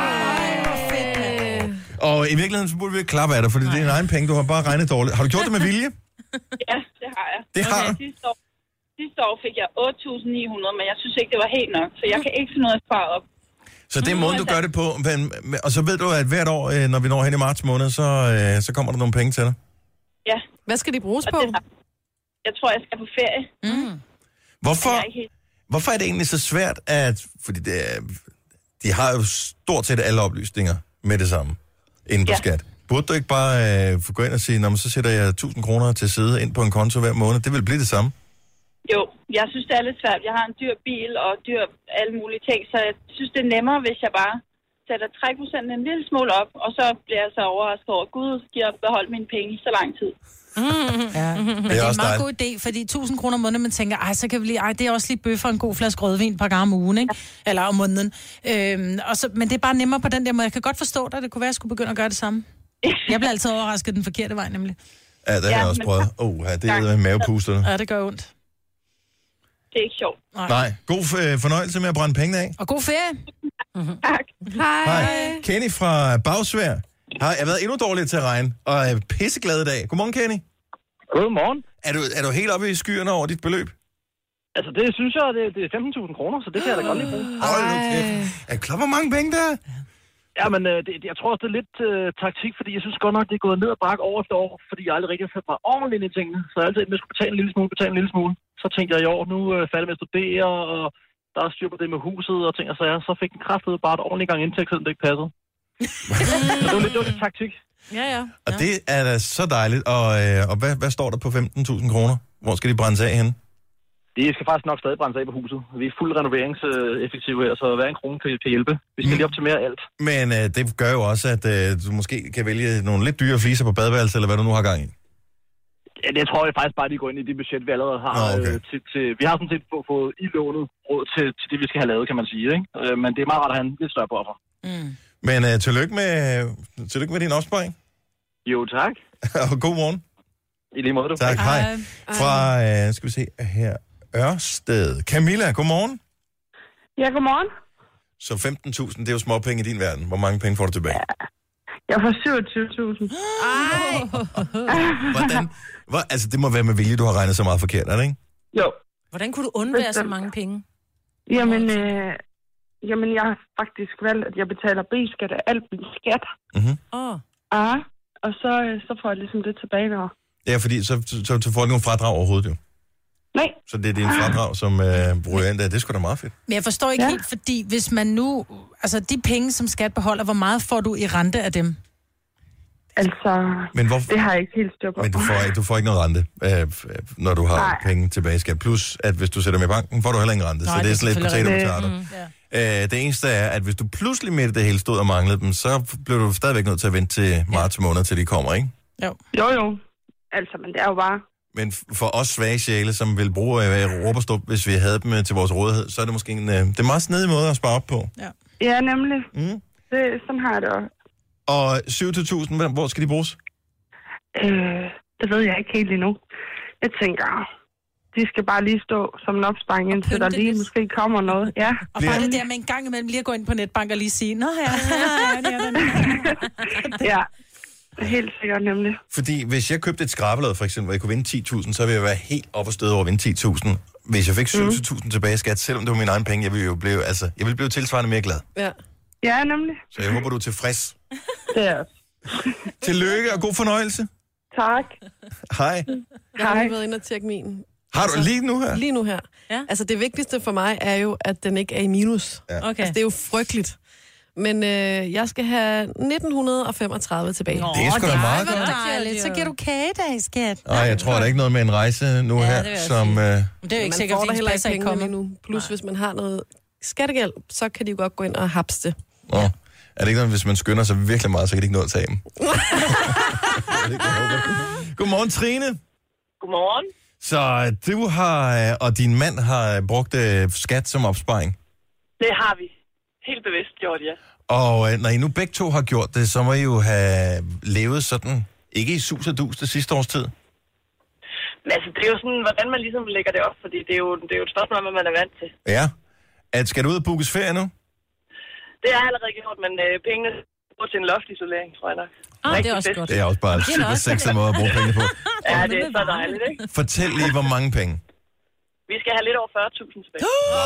Wow! Og i virkeligheden så burde vi ikke klappe af dig, for det er dine egen penge. Du har bare regnet dårligt. Har du gjort det med vilje? Ja, det har jeg. Det har du? Sidste år fik jeg 8.900, men jeg synes ikke, det var helt nok. Så jeg kan ikke finde noget at spare op. Så det er måden, du gør det på. Og så ved du, at hvert år, når vi når hen i marts måned, så kommer der nogle penge til dig? Ja. Hvad skal de bruges på? Jeg tror, jeg skal på ferie. Hvorfor er det egentlig så svært, fordi de har jo stort set alle oplysninger med det samme inden på skat. Burde du ikke bare gå ind og sige, så sætter jeg 1.000 kroner til side ind på en konto hver måned? Det vil blive det samme. Jo, jeg synes, det er lidt svært. Jeg har en dyr bil og dyr alle mulige ting, så jeg synes, det er nemmere, hvis jeg bare sætter 3% en lille smule op, og så bliver jeg så overrasket over, Gud, de har beholdt mine penge i så lang tid. Ja. Men det er en meget god idé, fordi 1.000 kroner om måneden, man tænker, så kan vi lige, det er også lige bøffer en god flaske rødvin et par gange om ugen, ikke? Eller om måneden. Men det er bare nemmere på den der måde. Jeg kan godt forstå dig, det kunne være, at jeg skulle begynde at gøre det samme. Jeg bliver altid overrasket den forkerte vej, nemlig. Ja, det har jeg også prøvet. Det er mavepusterne. Ja, det gør ondt. Det er ikke sjovt. Nej. God fornøjelse med at brænde pengene af. Og god ferie. Tak. Hej. Kenny fra Bagsvær. Jeg været endnu dårligere til at regne, og er pisseglad i dag. Godmorgen, Kenny. Godmorgen. Er du helt oppe i skyerne over dit beløb? Altså, det synes jeg, det er 15.000 kroner, så det kan jeg da godt lige bruge. Hold nu kæft. Er du klar, hvor mange penge der er? Ja, men jeg tror også, det er lidt taktik, fordi jeg synes godt nok, det er gået ned og bakke år efter år, fordi jeg aldrig rigtig har sat mig ordentligt ind i tingene. Så jeg altid, at jeg skulle betale en lille smule. Så tænkte jeg i år, nu færdig med at studere, og der er styr på det med huset og ting og sager. Så fik den kraftede bare et ordentligt gang indtægt, selvom det ikke passede. Så det var lidt taktik. Ja. Og det er da så dejligt. Og hvad står der på 15.000 kroner? Hvor skal de brændes af henne? Det skal faktisk nok stadig brændes af på huset. Vi er fuldt renoveringseffektive her, så hver en krone kan hjælpe. Vi skal lige optimere alt. Men det gør jo også, at du måske kan vælge nogle lidt dyre fliser på badeværelset, eller hvad du nu har gang i. Ja, det tror jeg faktisk bare, de går ind i det budget, vi allerede har. Vi har sådan set fået ilånet råd til det, vi skal have lavet, kan man sige. Ikke? Men det er meget rart at have en lidt større buffer. Men tillykke med din opsparing. Jo, tak. Og god morgen. I lige måde, du. Tak, hej. Fra, skal vi se her, Ørsted. Camilla, godmorgen. Ja, godmorgen. Så 15.000, det er jo småpenge i din verden. Hvor mange penge får du tilbage? Jeg får 27.000. Hvordan? Altså, det må være med vilje, du har regnet så meget forkert, er det ikke? Jo. Hvordan kunne du undvære så mange penge? Jamen, jeg har faktisk valgt, at jeg betaler B-skat af alt min skat. Og så får jeg ligesom det tilbage nu. Ja, fordi så får du ikke nogen fradrag overhovedet, jo. Nej. Så det er din fradrag, som bruger ind der. Det er sgu da meget fedt. Men jeg forstår ikke helt, fordi hvis man nu... Altså, de penge, som skat beholder, hvor meget får du i rente af dem? Altså, det har jeg ikke helt styr på. Men du får ikke noget rente, når du har penge tilbage i skat. Plus, at hvis du sætter dem i banken, får du heller ingen rente. Så det er slet potato. Det eneste er, at hvis du pludselig midt i det hele stod og manglede dem, så bliver du stadigvæk nødt til at vente til marts måned, til de kommer, ikke? Jo. Altså, men det er jo bare... Men for os svage sjæle, som vil bruge råberstup, hvis vi havde dem til vores rådighed, så er det måske det er en meget snedig måde at spare op på. Ja, nemlig. Sådan har jeg det også. Og 27.000, hvor skal de bruges? Det ved jeg ikke helt endnu. Jeg tænker, de skal bare lige stå som en opsparing, indtil der lige måske kommer noget. Ja. Og bare det der med en gang imellem lige at gå ind på netbank og lige sige, nå ja. Ja. Helt sikkert nemlig. Fordi hvis jeg købte et skrabelod, for eksempel, hvor jeg kunne vinde 10.000, så ville jeg være helt op og støde over at vinde 10.000. Hvis jeg fik 70.000 tilbage i skat, selvom det var min egen penge, jeg ville blive tilsvarende mere glad. Ja, nemlig. Så jeg håber, du er tilfreds. Det er også. Tillykke og god fornøjelse. Tak. Hej. Jeg har lige været inde og tjekke min. Har du lige nu her? Lige nu her. Ja. Altså det vigtigste for mig er jo, at den ikke er i minus. Ja. Okay. Altså det er jo frygteligt. Men jeg skal have 1935 tilbage. Det er sgu da meget godt. Dejligt. Så giver du kagedag, skat. Nej, jeg tror, der er ikke noget med en rejse nu her, som... Det er jo ikke sikkert, at at man får ikke kommer nu. Plus, hvis man har noget skattegæld, så kan de jo godt gå ind og hapse det. Er det ikke noget, hvis man skynder sig virkelig meget, så kan de ikke nå at tage dem? Godmorgen, Trine. Godmorgen. Så du har, og din mand har brugt skat som opsparing? Det har vi. Helt bevidst gjort, ja. Og når I nu begge to har gjort det, så må I jo have levet sådan, ikke i sus og dus det sidste års tid? Men altså, det er jo sådan, hvordan man ligesom lægger det op, fordi det er jo et spørgsmål, hvad man er vant til. Ja. Skal du ud og bookes ferie nu? Det er allerede gjort, men pengene går til en loftisolering, tror jeg nok. Det er også godt. Det er også bare en super sexet måde at bruge penge på. Ja, det er så dejligt, ikke? Fortæl lige, hvor mange penge. Vi skal have lidt over 40.000 spil.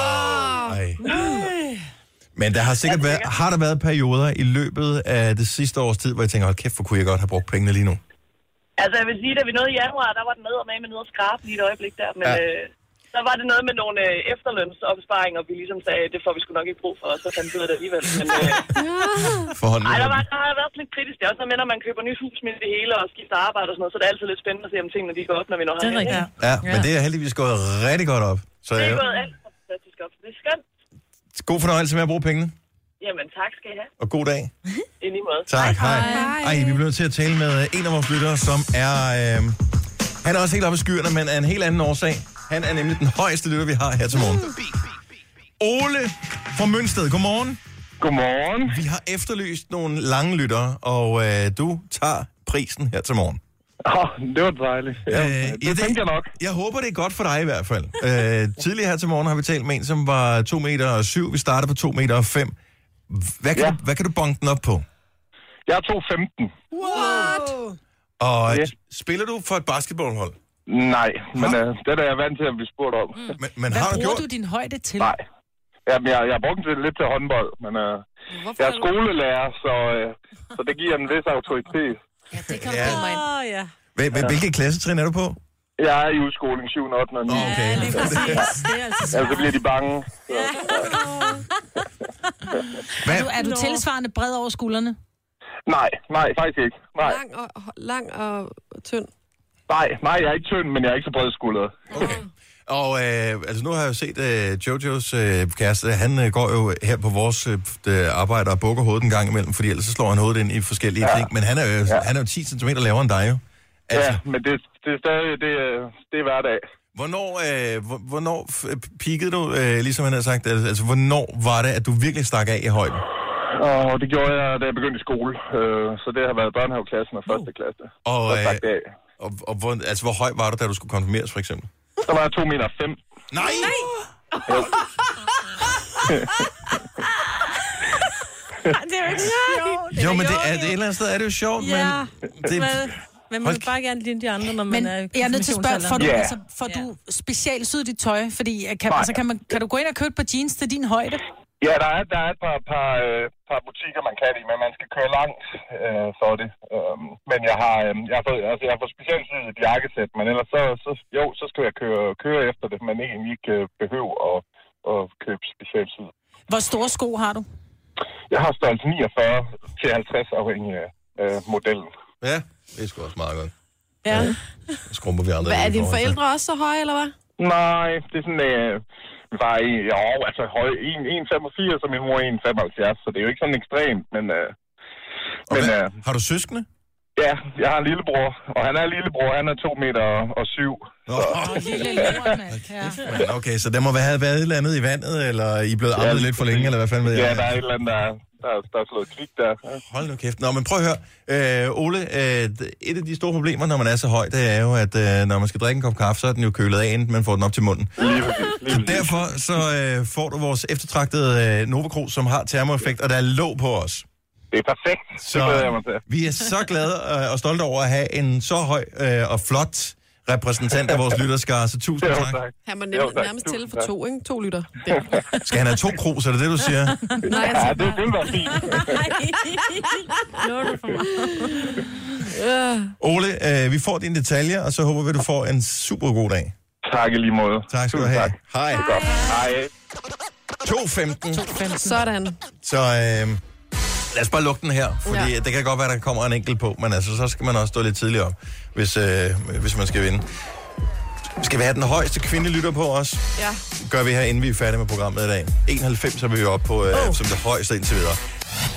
Men der har sikkert har der været perioder i løbet af det sidste års tid, hvor jeg tænker, hold kæft, hvor kunne jeg godt have brugt pengene lige nu? Altså, jeg vil sige, da vi nåede i januar, der var den med noget at skrabe lige et øjeblik der, men så var det noget med nogle efterlønsopsparinger, og vi ligesom sagde, det får vi sgu nok ikke brug for, og så fandt vi ud af det alligevel. Men, der har været lidt kritisk. Det er også noget med, når man køber nyt hus med det hele og skifter arbejde og sådan noget, så det er altid lidt spændende at se, om tingene de går op, når vi når herhen. Ja, men det er heldigvis gået rigtig godt op. Så, det er gået alt fantastisk op, så det er skønt. God fornøjelse med at bruge pengene. Jamen, tak skal I have. Og god dag. I lige måde. Tak, hej. Ej, vi bliver nødt til at tale med en af vores lyttere, som er... han er også helt oppe i skyerne, men af en helt anden årsag. Han er nemlig den højeste lytter, vi har her til morgen. Ole fra Mønsted, godmorgen. Godmorgen. Vi har efterlyst nogle lange lyttere, og du tager prisen her til morgen. Det var dejligt. Det tænkte jeg nok. Jeg håber, det er godt for dig i hvert fald. Tidligere her til morgen har vi talt med en, som var 2,7 meter. Vi starter på 2,5 meter. Hvad kan du bonke den op på? Jeg er 2,15. What? Og spiller du for et basketballhold? Nej, men det er jeg vant til at blive spurgt om. Men hvad har du bruger du din højde til? Nej. Jamen, jeg brugte det lidt til håndbold, men jeg er skolelærer, så det giver en vis autoritet. Ja, det kan du mig ind. Hvilket klassetrin er du på? Jeg er i udskoling 7, 8 og 9. Okay. Ja, lige præcis. Det er altså så bliver de bange. Er du tilsvarende bred over skuldrene? Nej, faktisk ikke. Nej. Lang og tynd? Nej, jeg er ikke tynd, men jeg er ikke så bred skuldret. Okay. Og nu har jeg jo set Jojos kæreste, han går jo her på vores arbejde og bukker hovedet en gang imellem, fordi ellers så slår han hovedet ind i forskellige ting. Men han er jo 10 cm lavere end dig jo. Altså. Ja, men det er stadig, det er hverdag. Hvornår peakede du, ligesom han har sagt, altså hvornår var det, at du virkelig stak af i højden? Og det gjorde jeg, da jeg begyndte i skole. Så det har været børnehaveklassen og første klasse. Og hvor høj var du, da du skulle konfirmeres, for eksempel? Så var jeg 2,5 meter. Nej! Det er jo ikke sjovt. Jo, men det er et eller andet sted er det jo sjovt, men... Men man vil bare gerne ligne de andre, når man er... Jeg er nødt til at spørge, får du specialsyet dit tøj? Fordi kan du gå ind og købe et par jeans til din højde? Ja, der er et par butikker, man kan det, men man skal køre langt for det. Men jeg har fået specialsyet et jakkesæt, men ellers så skal jeg køre efter det, men egentlig ikke behøver at købe specialsyet. Hvor store sko har du? Jeg har størrelse 49 til 50 afhængig af modellen. Ja, det er sgu også meget godt. Ja. Skrumper vi andre. Hvad, er dine forældre også så høje, eller hvad? Nej, det er sådan... høj. 1,85 og min mor 1,75, så det er jo ikke sådan ekstremt, men... har du søskende? Ja, jeg har en lillebror, og han er lillebror, han er 2,7 meter. Ja. Okay, så der må have været et eller andet i vandet, eller I er blevet ammet lidt for længe, eller hvad fanden ved jeg? Ja, der er et eller andet, der er slået klik der. Ja. Hold nu kæft. Nå, men prøv at høre. Ole, et af de store problemer, når man er så høj, det er jo, at når man skal drikke en kop kaffe, så er den jo kølet af, inden man får den op til munden. Så derfor så får du vores eftertragtede Nova Cruz, som har termoeffekt, og der er låg på os. Det er perfekt. Så vi er så glade og stolte over at have en så høj og flot repræsentant af vores lytterskare, så tusind tak. Han må nærmest tælle for 2, ikke? 2 lytter. Skal han have 2 krus, er det det, du siger? Nej, ja, det vil være fint. Nå, du for mig. Ole, vi får dine detaljer, og så håber vi, du får en super god dag. Tak i lige måde. Tak skal du have. Hej. Hej. 2,15. Sådan. Så lad os bare lukke den her, fordi det kan godt være, der kommer en enkelt på, men altså, så skal man også stå lidt tidligere op, hvis man skal vinde. Skal vi have den højeste kvindelytter på os? Ja. Gør vi her, inden vi er færdige med programmet i dag. 91 er vi jo oppe på som det højeste indtil videre.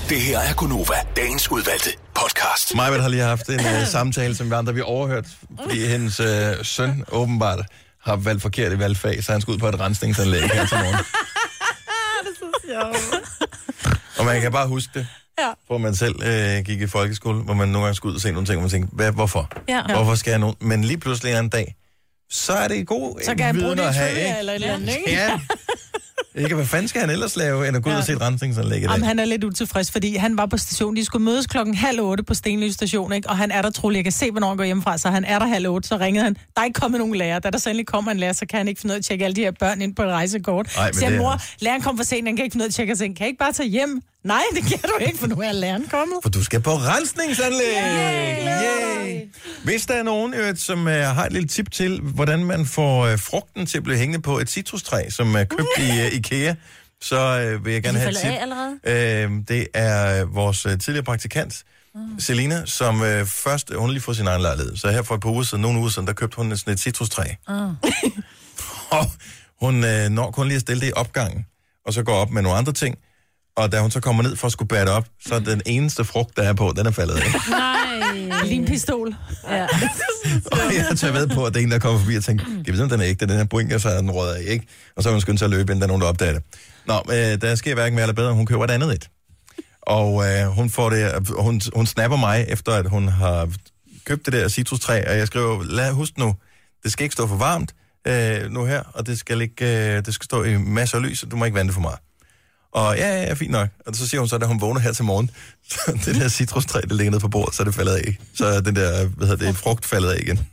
Det her er Gunova, dagens udvalgte podcast. Majbert har lige haft en samtale, som vi andre vi overhørt, fordi hendes søn åbenbart har valgt forkert i valgfag, så han skal ud på et rensningsanlæg her til morgen. Det er så sjovt. Og man kan bare huske det, hvor man selv gik i folkeskole, hvor man nogle gange skulle ud og se nogle ting, og man tænkte, hvorfor? Ja. Hvorfor skal jeg nogen? Men lige pludselig en anden dag, så er det god så kan han bruge det i trivia eller et eller andet, ikke? Ja. Ikke, hvad fanden skal han ellers lave, end at gå ud og se et rensningsanlæg i dag? Jamen, han er lidt utilfreds, fordi han var på stationen. De skulle mødes 7:30 på Stenløse station, ikke? Og han er der troligt. Jeg kan se, hvornår han går hjemmefra, så han er der 7:30. Så ringede han. Der er ikke kommet nogen lærer. Da der så endelig kommer en lærer, så kan han ikke finde ud af at tjekke alle de her børn ind på et rejsekort. Så siger mor, læreren kom for sent, han kan ikke finde ud af at tjekke og tænke, kan jeg ikke bare tage hjem? Nej, det kan du ikke, for nu er læreren kommet. For du skal på rensningsanlæg! Yay! Hvis der er nogen, som har et lille tip til, hvordan man får frugten til at blive hængende på et citrustræ, som er købt i IKEA, så vil jeg gerne have et tip. Det er vores tidligere praktikant, Selina, som først, hun lige får sin egen lejlighed. Så her for et par uger siden, nogle uger siden, der købte hun sådan et citrustræ. Og hun når kun lige at stille det i opgangen, og så går op med nogle andre ting. Og da hun så kommer ned for at skulle bære det op, så er den eneste frugt, der er på, den er faldet af. Nej. Lige en pistol. Ja. Og jeg har taget ved på, at det er en, der kommer forbi og tænker, jeg ved, om den er ægte, den her brinker sig, den råder af, ikke? Og så er hun skyndt sig at løbe, inden der er nogen, der opdager det. Nå, der sker hverken mere eller bedre, hun køber et andet et. Og hun får det, hun snapper mig, efter at hun har købt det der citrustræ, og jeg skriver, husk nu, det skal ikke stå for varmt nu her, og det skal stå i masser af lys, og du må ikke vente for meget. Og ja, fint nok. Og så siger hun så, da hun vågner her til morgen, så det der citrustræ, der ligger nede på bordet, så er det faldet af. Så den der, frugt faldet af igen.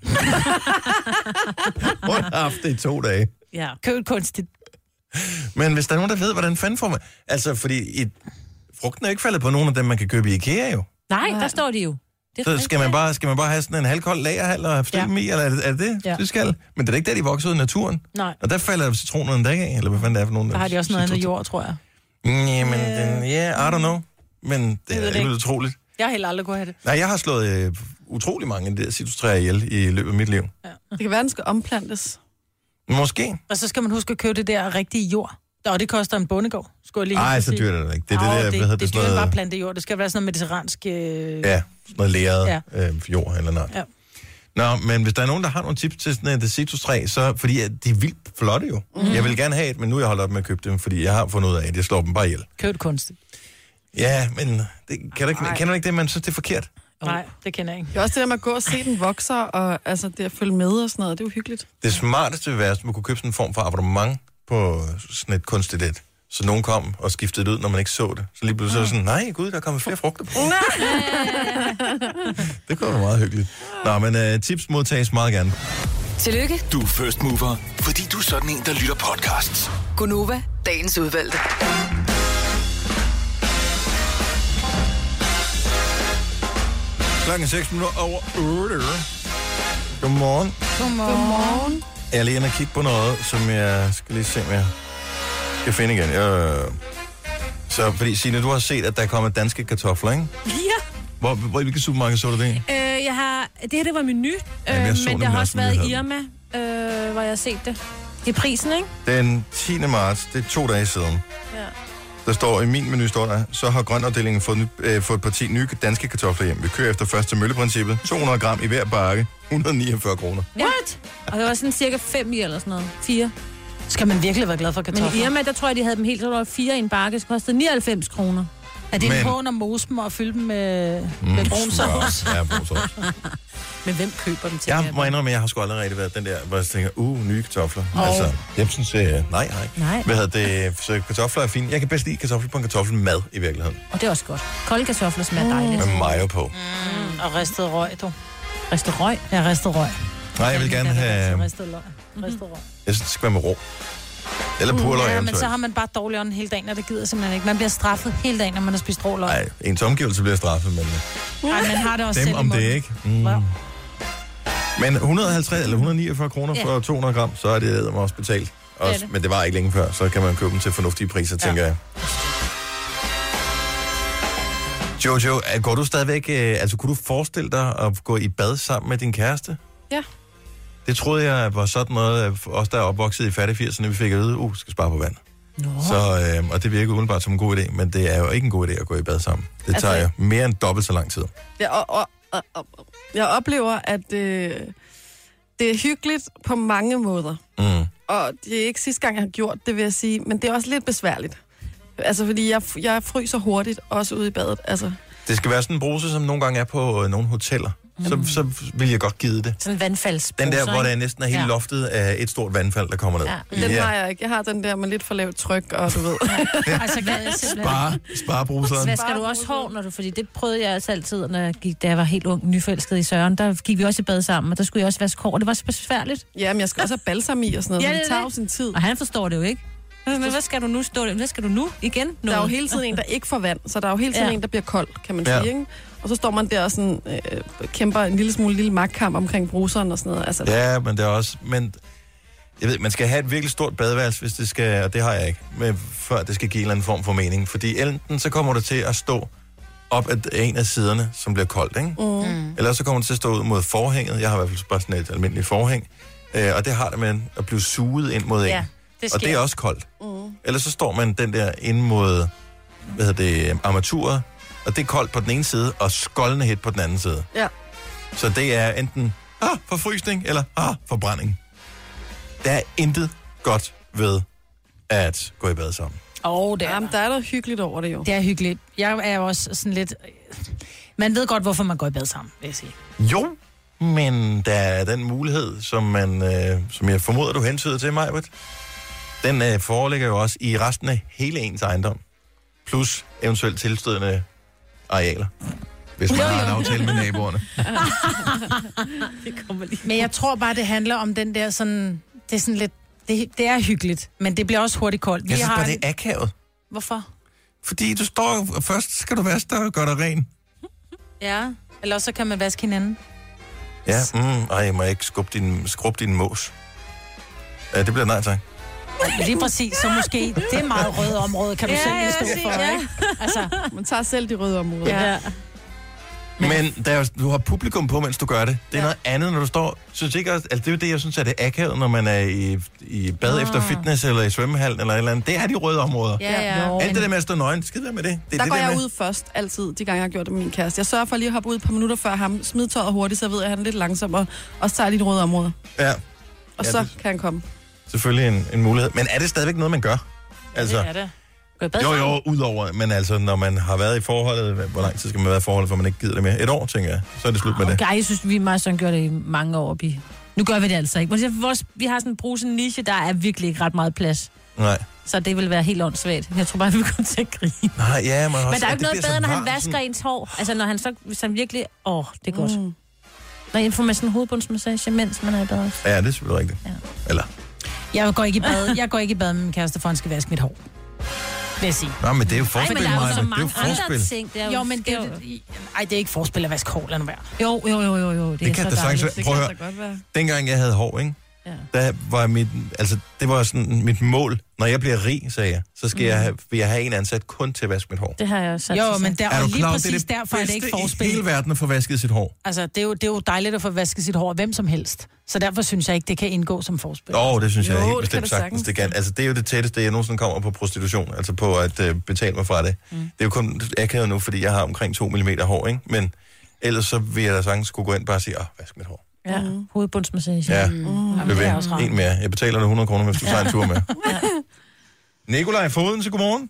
Hun har haft det i 2 dage. Ja, købt kunstigt. Men hvis der er nogen, der ved, hvordan fanden får man... Altså, fordi frugten er ikke faldet på nogen af dem, man kan købe i IKEA jo. Nej, der står de jo. Så skal man bare have sådan en halvkold lagerhal og stille dem i, eller er det det skal? Men det er ikke der, de vokser ud i naturen. Nej. Og der falder citronerne en dag af, eller hvad fanden det er for nogen? Der har de også noget andet jord, tror jeg. Jamen, I don't know. Men det er ikke utroligt. Jeg har heller aldrig kunne have det. Nej, jeg har slået utrolig mange af de der citrustræer ihjel i løbet af mit liv. Ja. Det kan være, den skal omplantes. Måske. Og så skal man huske at købe det der rigtige jord. Og det koster en bondegård, skulle jeg lige sige. Nej, så dyrt er det ikke. Det er det der, det er bare plante jord. Det skal være sådan noget mediterransk... Ja, sådan noget leret jord eller noget. Ja. Nå, men hvis der er nogen, der har nogle tips til sådan et citrustræ, så fordi de er vildt flotte jo. Jeg vil gerne have et, men nu er jeg holdt op med at købe dem, fordi jeg har fundet ud af, at jeg slår dem bare ihjel. Køb kunstigt. Ja, men kender du ikke det, man synes, det er forkert? Nej, det kender jeg ikke. Det er også det der med at gå og se den vokser, og altså det at følge med og sådan noget, det er jo hyggeligt. Det smarteste vil være, at man kunne købe sådan en form for abonnement på sådan et kunstigt et. Så nogen kom og skiftede det ud, når man ikke så det. Så lige pludselig så sådan, nej gud, der kommer flere frugter på. Det kunne være meget hyggeligt. Nå, men tips modtages meget gerne. Tillykke. Du er first mover, fordi du er sådan en, der lytter podcasts. Gunova, dagens udvalgte. Klokken 6 minutter over 8. Godmorgen. Godmorgen. Jeg er lige inde og kigge på noget, som jeg skal lige se, om jeg skal finde igen. Så fordi, Signe, du har set, at der er kommet danske kartofler, ikke? Ja. Hvilke supermarked så du det i? Det var Meny, men det har også været i Irma, hvor jeg har set det. Det er prisen, ikke? Den 10. marts, det er 2 dage siden. Ja. Der står, i min menu står der, så har grøntafdelingen fået et parti nye danske kartofler hjem. Vi kører efter først til mølleprincippet. 200 gram i hver bakke. 149 kroner. What? Og det var sådan cirka 5 i eller sådan noget. 4. Skal man virkelig være glad for kartofler? Men i Irma, der tror jeg, de havde dem helt, så der var 4 i en bakke. Det kostede 99 kroner. Er det en hån at mose dem og fylde dem med brun sovs? Ja, brun sovs. Men hvem køber dem til? Jeg må indrømme, at jeg har sgu aldrig rigtig været den der, hvor jeg tænker, nye kartofler. Altså, jeg synes, nej. Hvad hedder det? Så kartofler er fint. Jeg kan bedst lide kartofler på en kartoffelmad i virkeligheden. Og det er også godt. Kolde kartofler smager dejligt. Med mayo på. Og ristet røg, du. Ristet røg? Ja, ristet røg. Nej, jeg vil gerne have... Ristet røg. Jeg synes, det skal være med rå. Eller purløg. Ja, men så har man bare dårlig ånd hele dagen, og det gider simpelthen ikke. Man bliver straffet hele dagen, når man har spist rå løg. Nej, ens omgivelse bliver straffet, men... Nej, man har det også dem selv om det ikke. Men 150 eller 149 kroner for 200 gram, så er det også betalt. Også, men det var ikke længe før, så kan man købe dem til fornuftige priser, tænker jeg. Jojo, går du stadigvæk... Altså, kunne du forestille dig at gå i bad sammen med din kæreste? Ja. Det troede jeg var sådan noget, også der er opvokset i fattige 80'erne, vi fik at vide, skal spare på vand. Så, og det virker udenbart som en god idé, men det er jo ikke en god idé at gå i bad sammen. Det tager jo mere end dobbelt så lang tid. Jeg oplever, at det er hyggeligt på mange måder. Og det er ikke sidste gang, jeg har gjort det, vil jeg sige. Men det er også lidt besværligt. Altså, fordi jeg fryser hurtigt, også ude i badet. Altså. Det skal være sådan en bruse, som nogle gange er på nogle hoteller. Så vil jeg godt give det. Sådan en vandfaldsbruse. Den der, hvor der næsten er hele loftet af et stort vandfald, der kommer ned. Ja. Den har jeg ikke. Jeg har den der med lidt for lavt tryk, og du ved. Spare bruseren. Vasker du også hår, når du... Fordi det prøvede jeg altså altid, da jeg var helt ung, nyforelsket i Søren. Der gik vi også i bad sammen, og der skulle jeg også vaske hår. Det var så besværligt. Ja, men jeg skal også have balsam i og sådan noget. Ja, det tager jo sin tid. Og han forstår det jo ikke. Men hvad skal du nu stå? Hvad skal du nu igen? Der er jo hele tiden en, der ikke får vand, så der er jo hele tiden en, der bliver kold, kan man sige, ikke? Og så står man der og sådan, kæmper en lille magtkamp omkring bruseren og sådan noget. Altså, ja, men det er også... Men jeg ved, man skal have et virkelig stort badeværelse, hvis det skal... Og det har jeg ikke, før det skal give en eller anden form for mening. Fordi enten så kommer det til at stå op af en af siderne, som bliver koldt, ikke? Eller så kommer det til at stå ud mod forhænget. Jeg har i hvert fald bare sådan et almindeligt forhæng. Og det har det med at blive suget ind mod en. Og det er også koldt. Eller så står man den der ind mod, armaturet, og det er koldt på den ene side, og skoldende hit på den anden side. Ja. Så det er enten forfrysning, eller forbrænding. Der er intet godt ved at gå i bad sammen. Der er noget hyggeligt over det jo. Det er hyggeligt. Jeg er jo også sådan lidt... Man ved godt, hvorfor man går i bad sammen, vil jeg sige. Jo, men der er den mulighed, som jeg formoder, du hentyder til, Majbert. Den foreligger jo også i resten af hele ens ejendom. Plus eventuelt tilstødende arealer. Hvis man har en aftale med naboerne. Men jeg tror bare, det handler om den der sådan... Det er sådan lidt... Det er hyggeligt, men det bliver også hurtigt koldt. Jeg synes bare, det er akavet. Hvorfor? Fordi du står... Først skal du vaske dig og gøre dig ren. Ja, eller så kan man vaske hinanden. Ja, jeg må ikke skrubbe din mås. Ja, det bliver nej tak. Lige præcis, så måske det er meget røde område, kan du selv stå for, ikke? Altså, man tager selv de røde områder. Ja. Men du har publikum på, mens du gør det. Det er noget andet, når du står... Synes ikke også, altså det er jo det, jeg synes, at det er akavet, når man er i bad efter fitness, eller i svømmehallen, eller et eller andet. Det er de røde områder. Alt det der med at stå nøgen, skid være med det. Der går jeg ud først, altid, de gange jeg har gjort det med min kæreste. Jeg sørger for lige at hoppe ud et par minutter før ham, smide tøjet hurtigt, så jeg ved, at han er lidt langsom, og også tager de røde områder. Ja. Og så kan han komme. Selvfølgelig en mulighed. Men er det stadigvæk noget, man gør? Altså, det er det. Jo, udover. Men altså, når man har været i forholdet, hvor lang tid skal man være i forholdet, for man ikke gider det mere? 1 år, tænker jeg. Så er det slut med det. Jeg synes, vi meget sådan gør det i mange år. Nu gør vi det altså ikke. Vi har sådan en bruse-niche, der er virkelig ikke ret meget plads. Nej. Så det vil være helt åndssvagt. Jeg tror bare, vi kommer til at grine. Nej, ja, men der er jo ikke noget bedre, når han vasker ens hår. Altså, når han så, hvis han virkelig... det er godt. Når jeg får med sådan en hovedbundsmassage, mens man er i bad. Ja, det er selvfølgelig rigtigt. Ja. Eller... Jeg går ikke i bad med min kæreste, for han skal vaske mit hår. Vil jeg sige. Nå, men det er jo forspil, Maja. Det er jo forspil. Jo, men det er ikke forspil at vaske hår, lad nu være. Jo. Det kan da sagtens. Prøv at høre. Dengang jeg havde hår, ikke? Der var det var sådan mit mål. Når jeg bliver rig, sagde jeg, så vil jeg have en ansat kun til at vaske mit hår. Det har jeg også. Jo, men og lige præcis derfor er det ikke forspil. I hele verden at få vasket sit hår. Altså, det er jo dejligt at få vasket sit hår af hvem som helst. Så derfor synes jeg ikke, det kan indgå som forspil. Det synes jeg helt bestemt sagtens. Det kan. Altså, det er jo det tætteste, jeg nogensinde kommer på prostitution. Altså på at betale mig fra det. Det er jo kun akavet nu, fordi jeg har omkring 2 mm hår, ikke? Men ellers så vil jeg da sagtens skulle gå ind og bare sige, vask mit hår. Ja, hovedbundsmassage. Ja, det er en mere. Jeg betaler dig 100 kroner, hvis du tager en tur med. Nikolaj Foden, så godmorgen.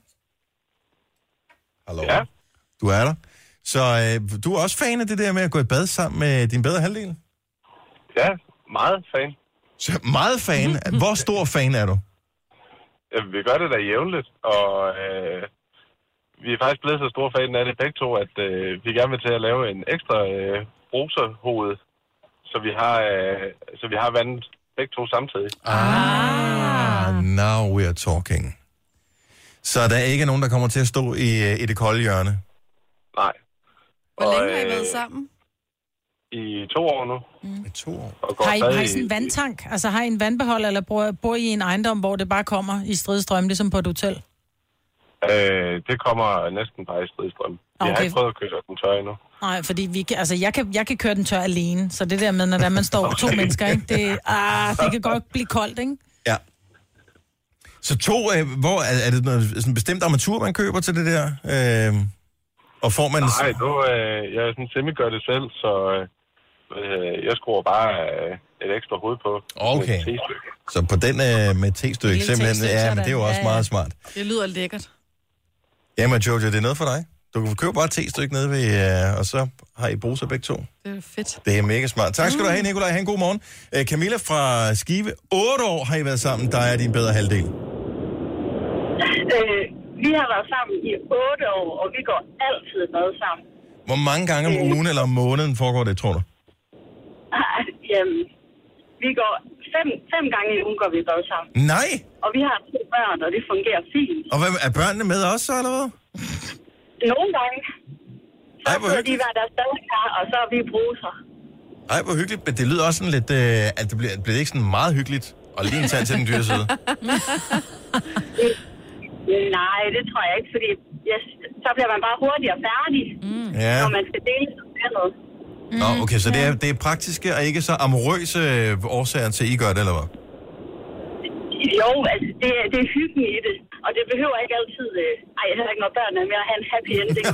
Hallo. Ja. Du er der. Så du er også fan af det der med at gå i bad sammen med din bedre halvdel? Ja, meget fan. Så meget fan? Hvor stor fan er du? Ja, vi gør det da jævnligt, og vi er faktisk blevet så store fan af det begge to, at vi gerne vil til at lave en ekstra bruserhoved, så vi har vandet begge to samtidig. Now we are talking. Så der er ikke nogen, der kommer til at stå i det kolde hjørne? Nej. Hvor længe har I været sammen? I 2 år nu. I 2 år? Har I sådan en vandtank? Altså har I en vandbeholder, eller bor I i en ejendom, hvor det bare kommer i stridstrøm, ligesom på et hotel? Det kommer næsten bare i stridstrøm. Vi har ikke prøvet at køre den tør endnu. Nej, fordi jeg kan køre den tør alene, så det der med, når man står 2 mennesker, ikke? Det kan godt blive koldt, ikke? Ja. Så hvor er det noget sådan en bestemt armatur, man køber til det der? Og får man... Nej, jeg er sådan semi-gør det selv, så jeg skruer bare et ekstra hoved på. Okay. Så på den med T-stykke simpelthen, men det er jo også meget smart. Det lyder lækkert. Jamen Jojo, det er noget for dig. Du kan købe bare T-stykke nede ved, og så har I bruser begge to. Det er fedt. Det er mega smart. Tak skal du have, Nikolaj. Ha' en god morgen. Camilla fra Skive. 8 år har I været sammen. Der er din bedre halvdel. Vi har været sammen i 8 år, og vi går altid med sammen. Hvor mange gange om ugen eller om måneden foregår det, tror du? Jamen, vi går 5 gange i ugen går vi med sammen. Nej! Og vi har 2 børn, og det fungerer fint. Og er børnene med også, eller hvad? Nogle gange. Så sidder de hver deres badekar, og så er vi bruser. Ej, hvor hyggeligt. Men det lyder også sådan lidt, at det bliver ikke sådan meget hyggeligt. Og lige en tand til den dyre side. Nej, det tror jeg ikke, fordi så bliver man bare hurtigere færdig, når man skal dele noget. Nå, okay, så det er praktiske og ikke så amorøse årsager til, at I gør det, eller hvad? Jo, altså, det er hyggen i det, og det behøver ikke altid... jeg har ikke noget børn med at have en happy ending.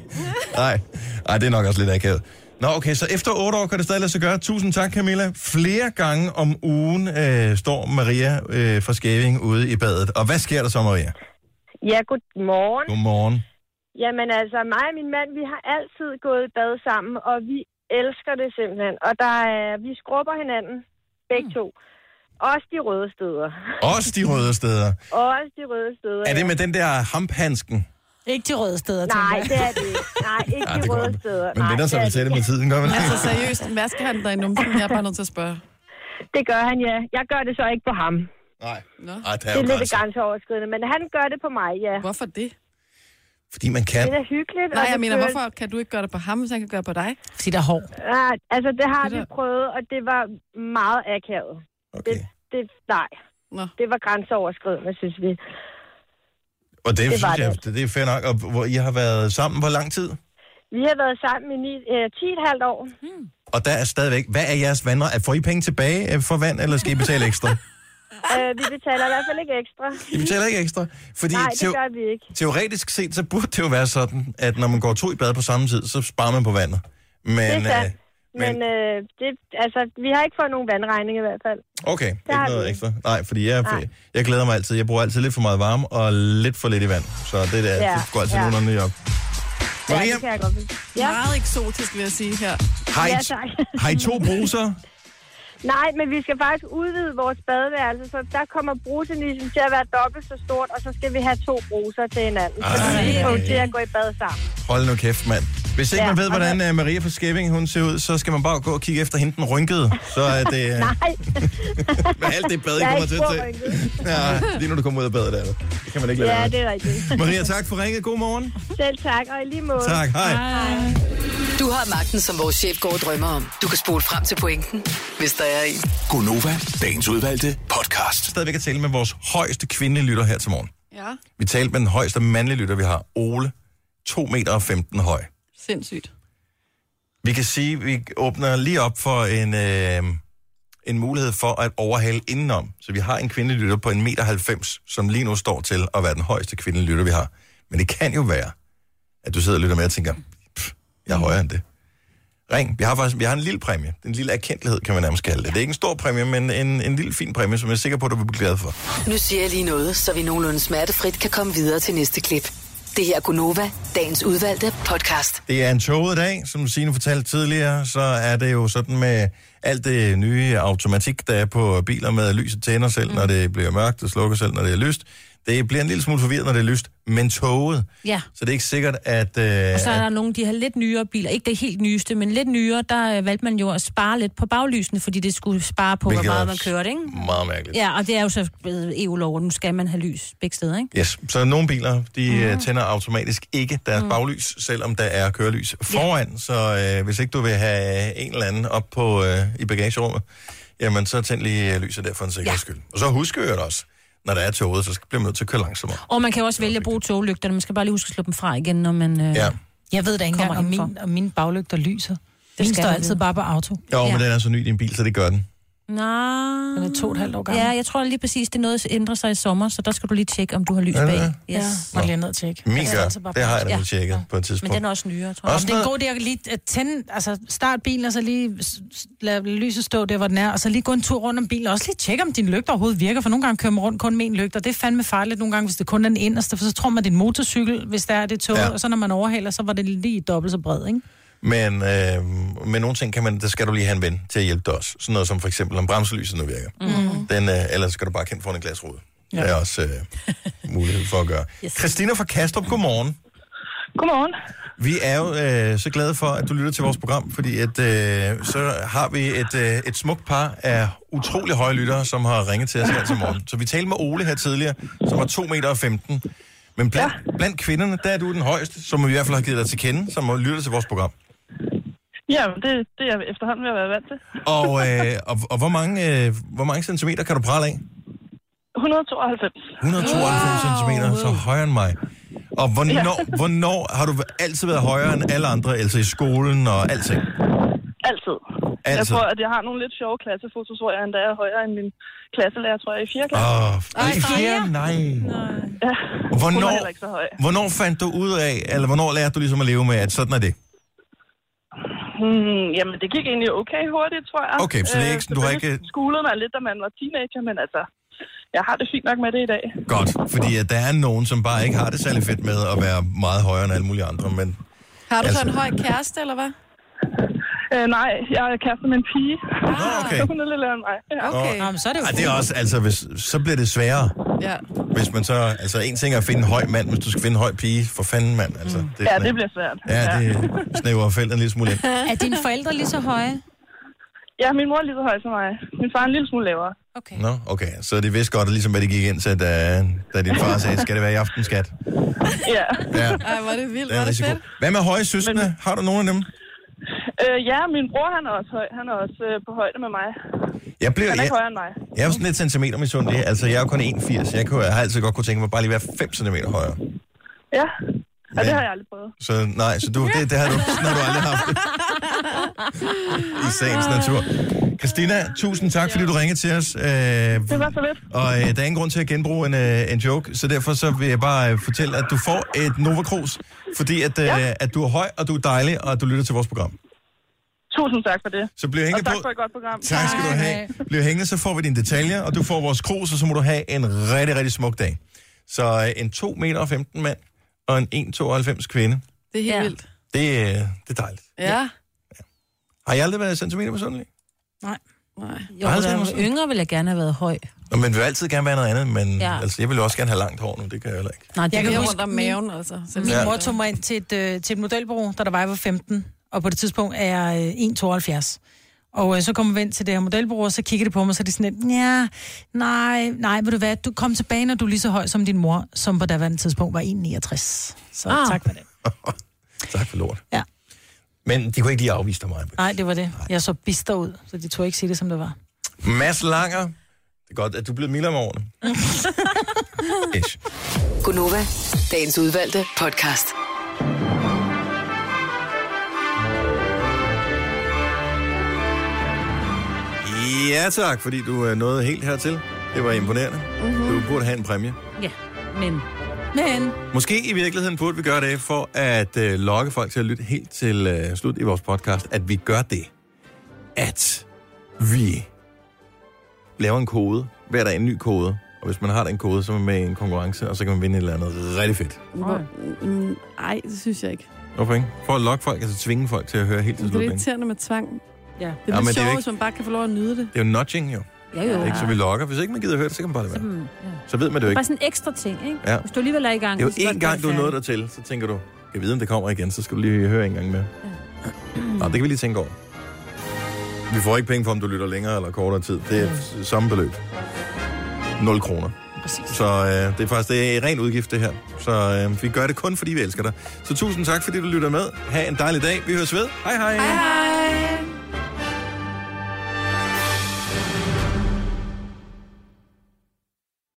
Nej, det er nok også lidt akavet. Nå, okay, så efter 8 år kan det stadig lade sig gøre. Tusind tak, Camilla. Flere gange om ugen står Maria fra Skæving ude i badet. Og hvad sker der så, Maria? Ja, godmorgen. Godmorgen. Jamen altså, mig og min mand, vi har altid gået i bad sammen, og vi elsker det simpelthen. Og vi skrubber hinanden, begge to. Også de røde steder. Også de røde steder? Også de røde steder, Er det med den der hamphandsken? Ikke de røde steder, Nej, det er det ikke. Nej, ikke de røde steder. Men vender sig vel til det med tiden, gør man? Altså seriøst, hvad skal han der i numsen? Jeg er bare nødt til at spørge. Det gør han, ja. Jeg gør det så ikke på ham. Nej. Det er lidt grænseoverskridende, men han gør det på mig, ja. Hvorfor det? Fordi man kan. Det er hyggeligt. Nej, jeg mener, hvorfor kan du ikke gøre det på ham, hvis han kan gøre det på dig? Fordi der er hår. Nej, altså det har vi prøvet, og det var meget akavet. Okay. Det var grænseoverskridende, synes vi. Og det er fair nok. Og hvor I har været sammen, hvor lang tid? Vi har været sammen i 10,5 år. Og der er stadigvæk... Hvad er jeres vandret? Får I penge tilbage for vand, eller skal I betale ekstra? Vi betaler i hvert fald ikke ekstra. I betaler ikke ekstra? Fordi nej, det gør vi ikke. Teoretisk set, så burde det jo være sådan, at når man går 2 i bad på samme tid, så sparer man på vandet. Men, det er sandt. Men vi har ikke fået nogen vandregning i hvert fald. Okay, ikke noget ekstra. Nej, fordi jeg glæder mig altid. Jeg bruger altid lidt for meget varme og lidt for lidt i vand. Så det går altid nogenlunde op. Maria? Ja, det kan jeg godt lide. Meget eksotisk, vil jeg sige her. Har I 2 bruser? Nej, men vi skal faktisk udvide vores badeværelse, så der kommer brusenissen til at være dobbelt så stort, og så skal vi have 2 bruser til hinanden. Så vi får til at gå i bad sammen. Hold nu kæft, mand. Hvis ikke man ved, hvordan Maria fra Skæving hun ser ud, så skal man bare gå og kigge efter hende den rynkede. Så er det... Nej. med alt det bad, I kommer til at tage. Ja, lige når du kommer ud af badet, det kan man ikke lade være. Ja, det er rigtigt. Maria, tak for ringet. God morgen. Selv tak, og i lige måde. Tak, hej. Du har magten, som vores chef går og drømmer om. Du kan spole frem til pointen, hvis der er en. Gonova, dagens udvalgte podcast. Stadigvæk at tale med vores højeste kvindelige lytter her til morgen. Ja. Vi talte med den højeste mandlige lytter, vi har. Ole, 2,15 meter høj. Sindssygt. Vi kan sige, at vi åbner lige op for en mulighed for at overhale indenom. Så vi har en kvindelig lytter på 1,90 meter, som lige nu står til at være den højeste kvindelige lytter, vi har. Men det kan jo være, at du sidder og lytter med og tænker, jeg er højere end det. Ring. Vi har en lille præmie. En lille erkendelighed, kan man nærmest kalde det. Det er ikke en stor præmie, men en lille fin præmie, som jeg er sikker på, at du vil blive glad for. Nu siger jeg lige noget, så vi nogenlunde smertefrit kan komme videre til næste klip. Det her er Gonova, dagens udvalgte podcast. Det er en tåget dag, som Signe fortalte tidligere, så er det jo sådan med alt det nye automatik, der er på biler med, at lyset tænder selv, når det bliver mørkt, og slukker selv, når det er lyst. Det bliver en lille smule forvirret, når det er lyst, men toget. Ja. Så det er ikke sikkert, at... Og så er der nogle, de har lidt nyere biler. Ikke det helt nyeste, men lidt nyere, der valgte man jo at spare lidt på baglysene, fordi det skulle spare på, hvor meget man kørte, ikke? Meget mærkeligt. Ja, og det er jo så EU-lov, og nu skal man have lys begge steder, ikke? Yes, så nogle biler, de tænder automatisk ikke deres baglys, selvom der er kørelys foran. Så hvis ikke du vil have en eller anden op på i bagagerummet, jamen så tænd lige lyset der for en sikkerheds skyld. Og så husk det også. Når der er toget, så bliver man nødt til at køre langsommere. Og man kan også vælge at bruge toglygterne. Man skal bare lige huske at slå dem fra igen, når man Jeg ved da ikke engang, om mine baglygter lyser. Den står altid bare på auto. Jo, men den er så ny i din bil, så det gør den. Nå. Den er 2,5 år gammel. Ja, jeg tror lige præcis, det er noget, der ændrer sig i sommer, så der skal du lige tjekke, om du har lys bag. Ja, må lige ned og tjekke. Min gør, det har jeg da tjekket på et tidspunkt. Men den er også nyere, tror jeg. Det er en god idé at lige tænde, altså start bilen, og så lige lade lyset stå der, hvor den er, og så lige gå en tur rundt om bilen, og også lige tjekke, om din lygter overhovedet virker, for nogle gange kører man rundt kun med en lygter. Det er fandme farligt nogle gange, hvis det kun er den inderste, for så tror man, det er en motorcykel, hvis der er det tog, og så når man overhaler, så var det lige dobbelt så bred, ikke? Men med nogle ting der skal du lige have en ven til at hjælpe dig også. Sådan noget som for eksempel, om bremselyset nu virker. Ellers skal du bare kende foran en glasrude. Ja. Det er også mulighed for at gøre. Yes. Christina fra Kastrup, godmorgen. Godmorgen. Vi er jo så glade for, at du lytter til vores program, fordi at, så har vi et smukt par af utrolig høje lyttere, som har ringet til os her til morgen. Så vi talte med Ole her tidligere, som var 2,15 meter. Men blandt kvinderne, der er du den højeste, som vi i hvert fald har givet dig til kende, som lytter til vores program. Ja, det er efterhånden ved at være vant til. Og hvor mange centimeter kan du prale af? 192. 192 centimeter, så højere end mig. Og hvornår har du altid været højere end alle andre, altså i skolen og alting? Altid. Jeg tror, at jeg har nogle lidt sjove klassefotos, hvor jeg endda er højere end min klasselærer, tror jeg, i 4. klasse. I 4? Nej. Ja, hun er heller ikke så høj. Hvornår fandt du ud af, eller hvornår lærte du ligesom at leve med, at sådan er det? Jamen, det gik egentlig okay hurtigt, tror jeg. Okay, så det er ikke sådan, du har ikke... Skolede mig lidt, da man var teenager, men altså, jeg har det fint nok med det i dag. Godt, fordi at der er nogen, som bare ikke har det særlig fedt med at være meget højere end alle mulige andre, men... Har du så en høj kæreste, eller hvad? Nej, jeg er kæreste med en pige. Okay. Så hun er lidt lavere end mig. Ja. Okay. Nå, men så er det jo det er også, altså, så bliver det sværere. Ja. Hvis man så... Altså, en ting er at finde en høj mand, hvis du skal finde en høj pige, for fanden mand. Altså, det bliver svært. Ja, det snæver feltet en lille smule ind. Er dine forældre lige så høje? Ja, min mor er lige så høj som mig. Min far er en lille smule lavere. Okay. Nå, okay. Så det vidste godt, ligesom hvad det gik ind til, da din far sagde, skal det være i aften, skat? Ja. Ej, var det vildt, var det fedt. Hvad med høje søskende? Har du nogen af dem? Ja, min bror, han er også høj. Han er også på højde med mig. Han er ikke højere end mig. Jeg er jo sådan lidt centimeter misundelig. Altså, jeg er jo kun 1,80. Jeg har altid godt kunne tænke mig bare lige være 5 centimeter højere. Ja. Ja, det har jeg aldrig prøvet. Så nej, så det har du, sådan har du aldrig haft det. I sagens natur. Christina, tusind tak, fordi du ringede til os. Det var så lidt. Og der er ingen grund til at genbruge en joke, så derfor så vil jeg bare fortælle, at du får et Nova Cruz, fordi at du er høj, og du er dejlig, og du lytter til vores program. Tusind tak for det. Så bliv hængende og tak på. for et godt program. Tak skal du have. Bliv hængende, så får vi dine detaljer, og du får vores krus, og så må du have en rigtig, rigtig smuk dag. Så en 2,15 meter mand og en 1,92 kvinde. Det er helt vildt. Det er dejligt. Ja. Har I aldrig været centimeter misundelig? Nej. Jo, da jeg var yngre, ville jeg gerne have været høj. Nå, men vil altid gerne være noget andet, men altså, jeg vil også gerne have langt hår nu, det kan jeg heller ikke. Nej, jeg kan huske rundt om maven, altså. Min mor tog mig ind til et modelbureau, da der var 15, og på det tidspunkt er jeg 1,72. Og så kommer vi ind til det her modelbureau, og så kigger de på mig, så er de sådan lidt, ja, nej, ved du hvad, du kom tilbage, når du er lige så høj som din mor, som på daværende tidspunkt var 1,69. Så tak for det. Tak for lort. Ja. Men de kunne ikke lige afvise dig mig. Nej, det var det. Jeg så bister ud, så de tog ikke sige det, som det var. Mads Langer. Det er godt, at du er blevet mildere om årene. Gunova, dagens udvalgte podcast. Ja tak, fordi du nåede helt hertil. Det var imponerende. Du burde have en præmie. Ja, men... Måske i virkeligheden burde vi gøre det for at lokke folk til at lytte helt til slut i vores podcast, at vi gør det, at vi laver en kode. Hver dag en ny kode. Og hvis man har den kode, så er man med i en konkurrence, og så kan man vinde et eller andet rigtig fedt. Nej, det synes jeg ikke. Hvorfor ikke? For at lokke folk, altså tvinge folk til at høre helt til slut. Det er irriterende med tvang. Ja. Det er lidt sjovt, hvis man bare kan få lov at nyde det. Det er jo nudging, jo. Jo. Ikke? Så vi lokker. Hvis ikke man gider høre det, så kan man bare lade være. Så ved man det jo ikke. Bare sådan en ekstra ting, ikke? Ja. Hvis du alligevel er i gang. Det er jo en gang, du er nået dertil, så tænker du, jeg ved, om det kommer igen, så skal du lige høre en gang med. Ja. Nå, det kan vi lige tænke over. Vi får ikke penge for, om du lytter længere eller kortere tid. Det er samme beløb. 0 kroner. Præcis. Så det er faktisk det er ren udgift, det her. Så vi gør det kun, fordi vi elsker dig. Så tusind tak, fordi du lytter med. Ha' en dejlig dag. Vi høres ved. Hej hej. Hej hej.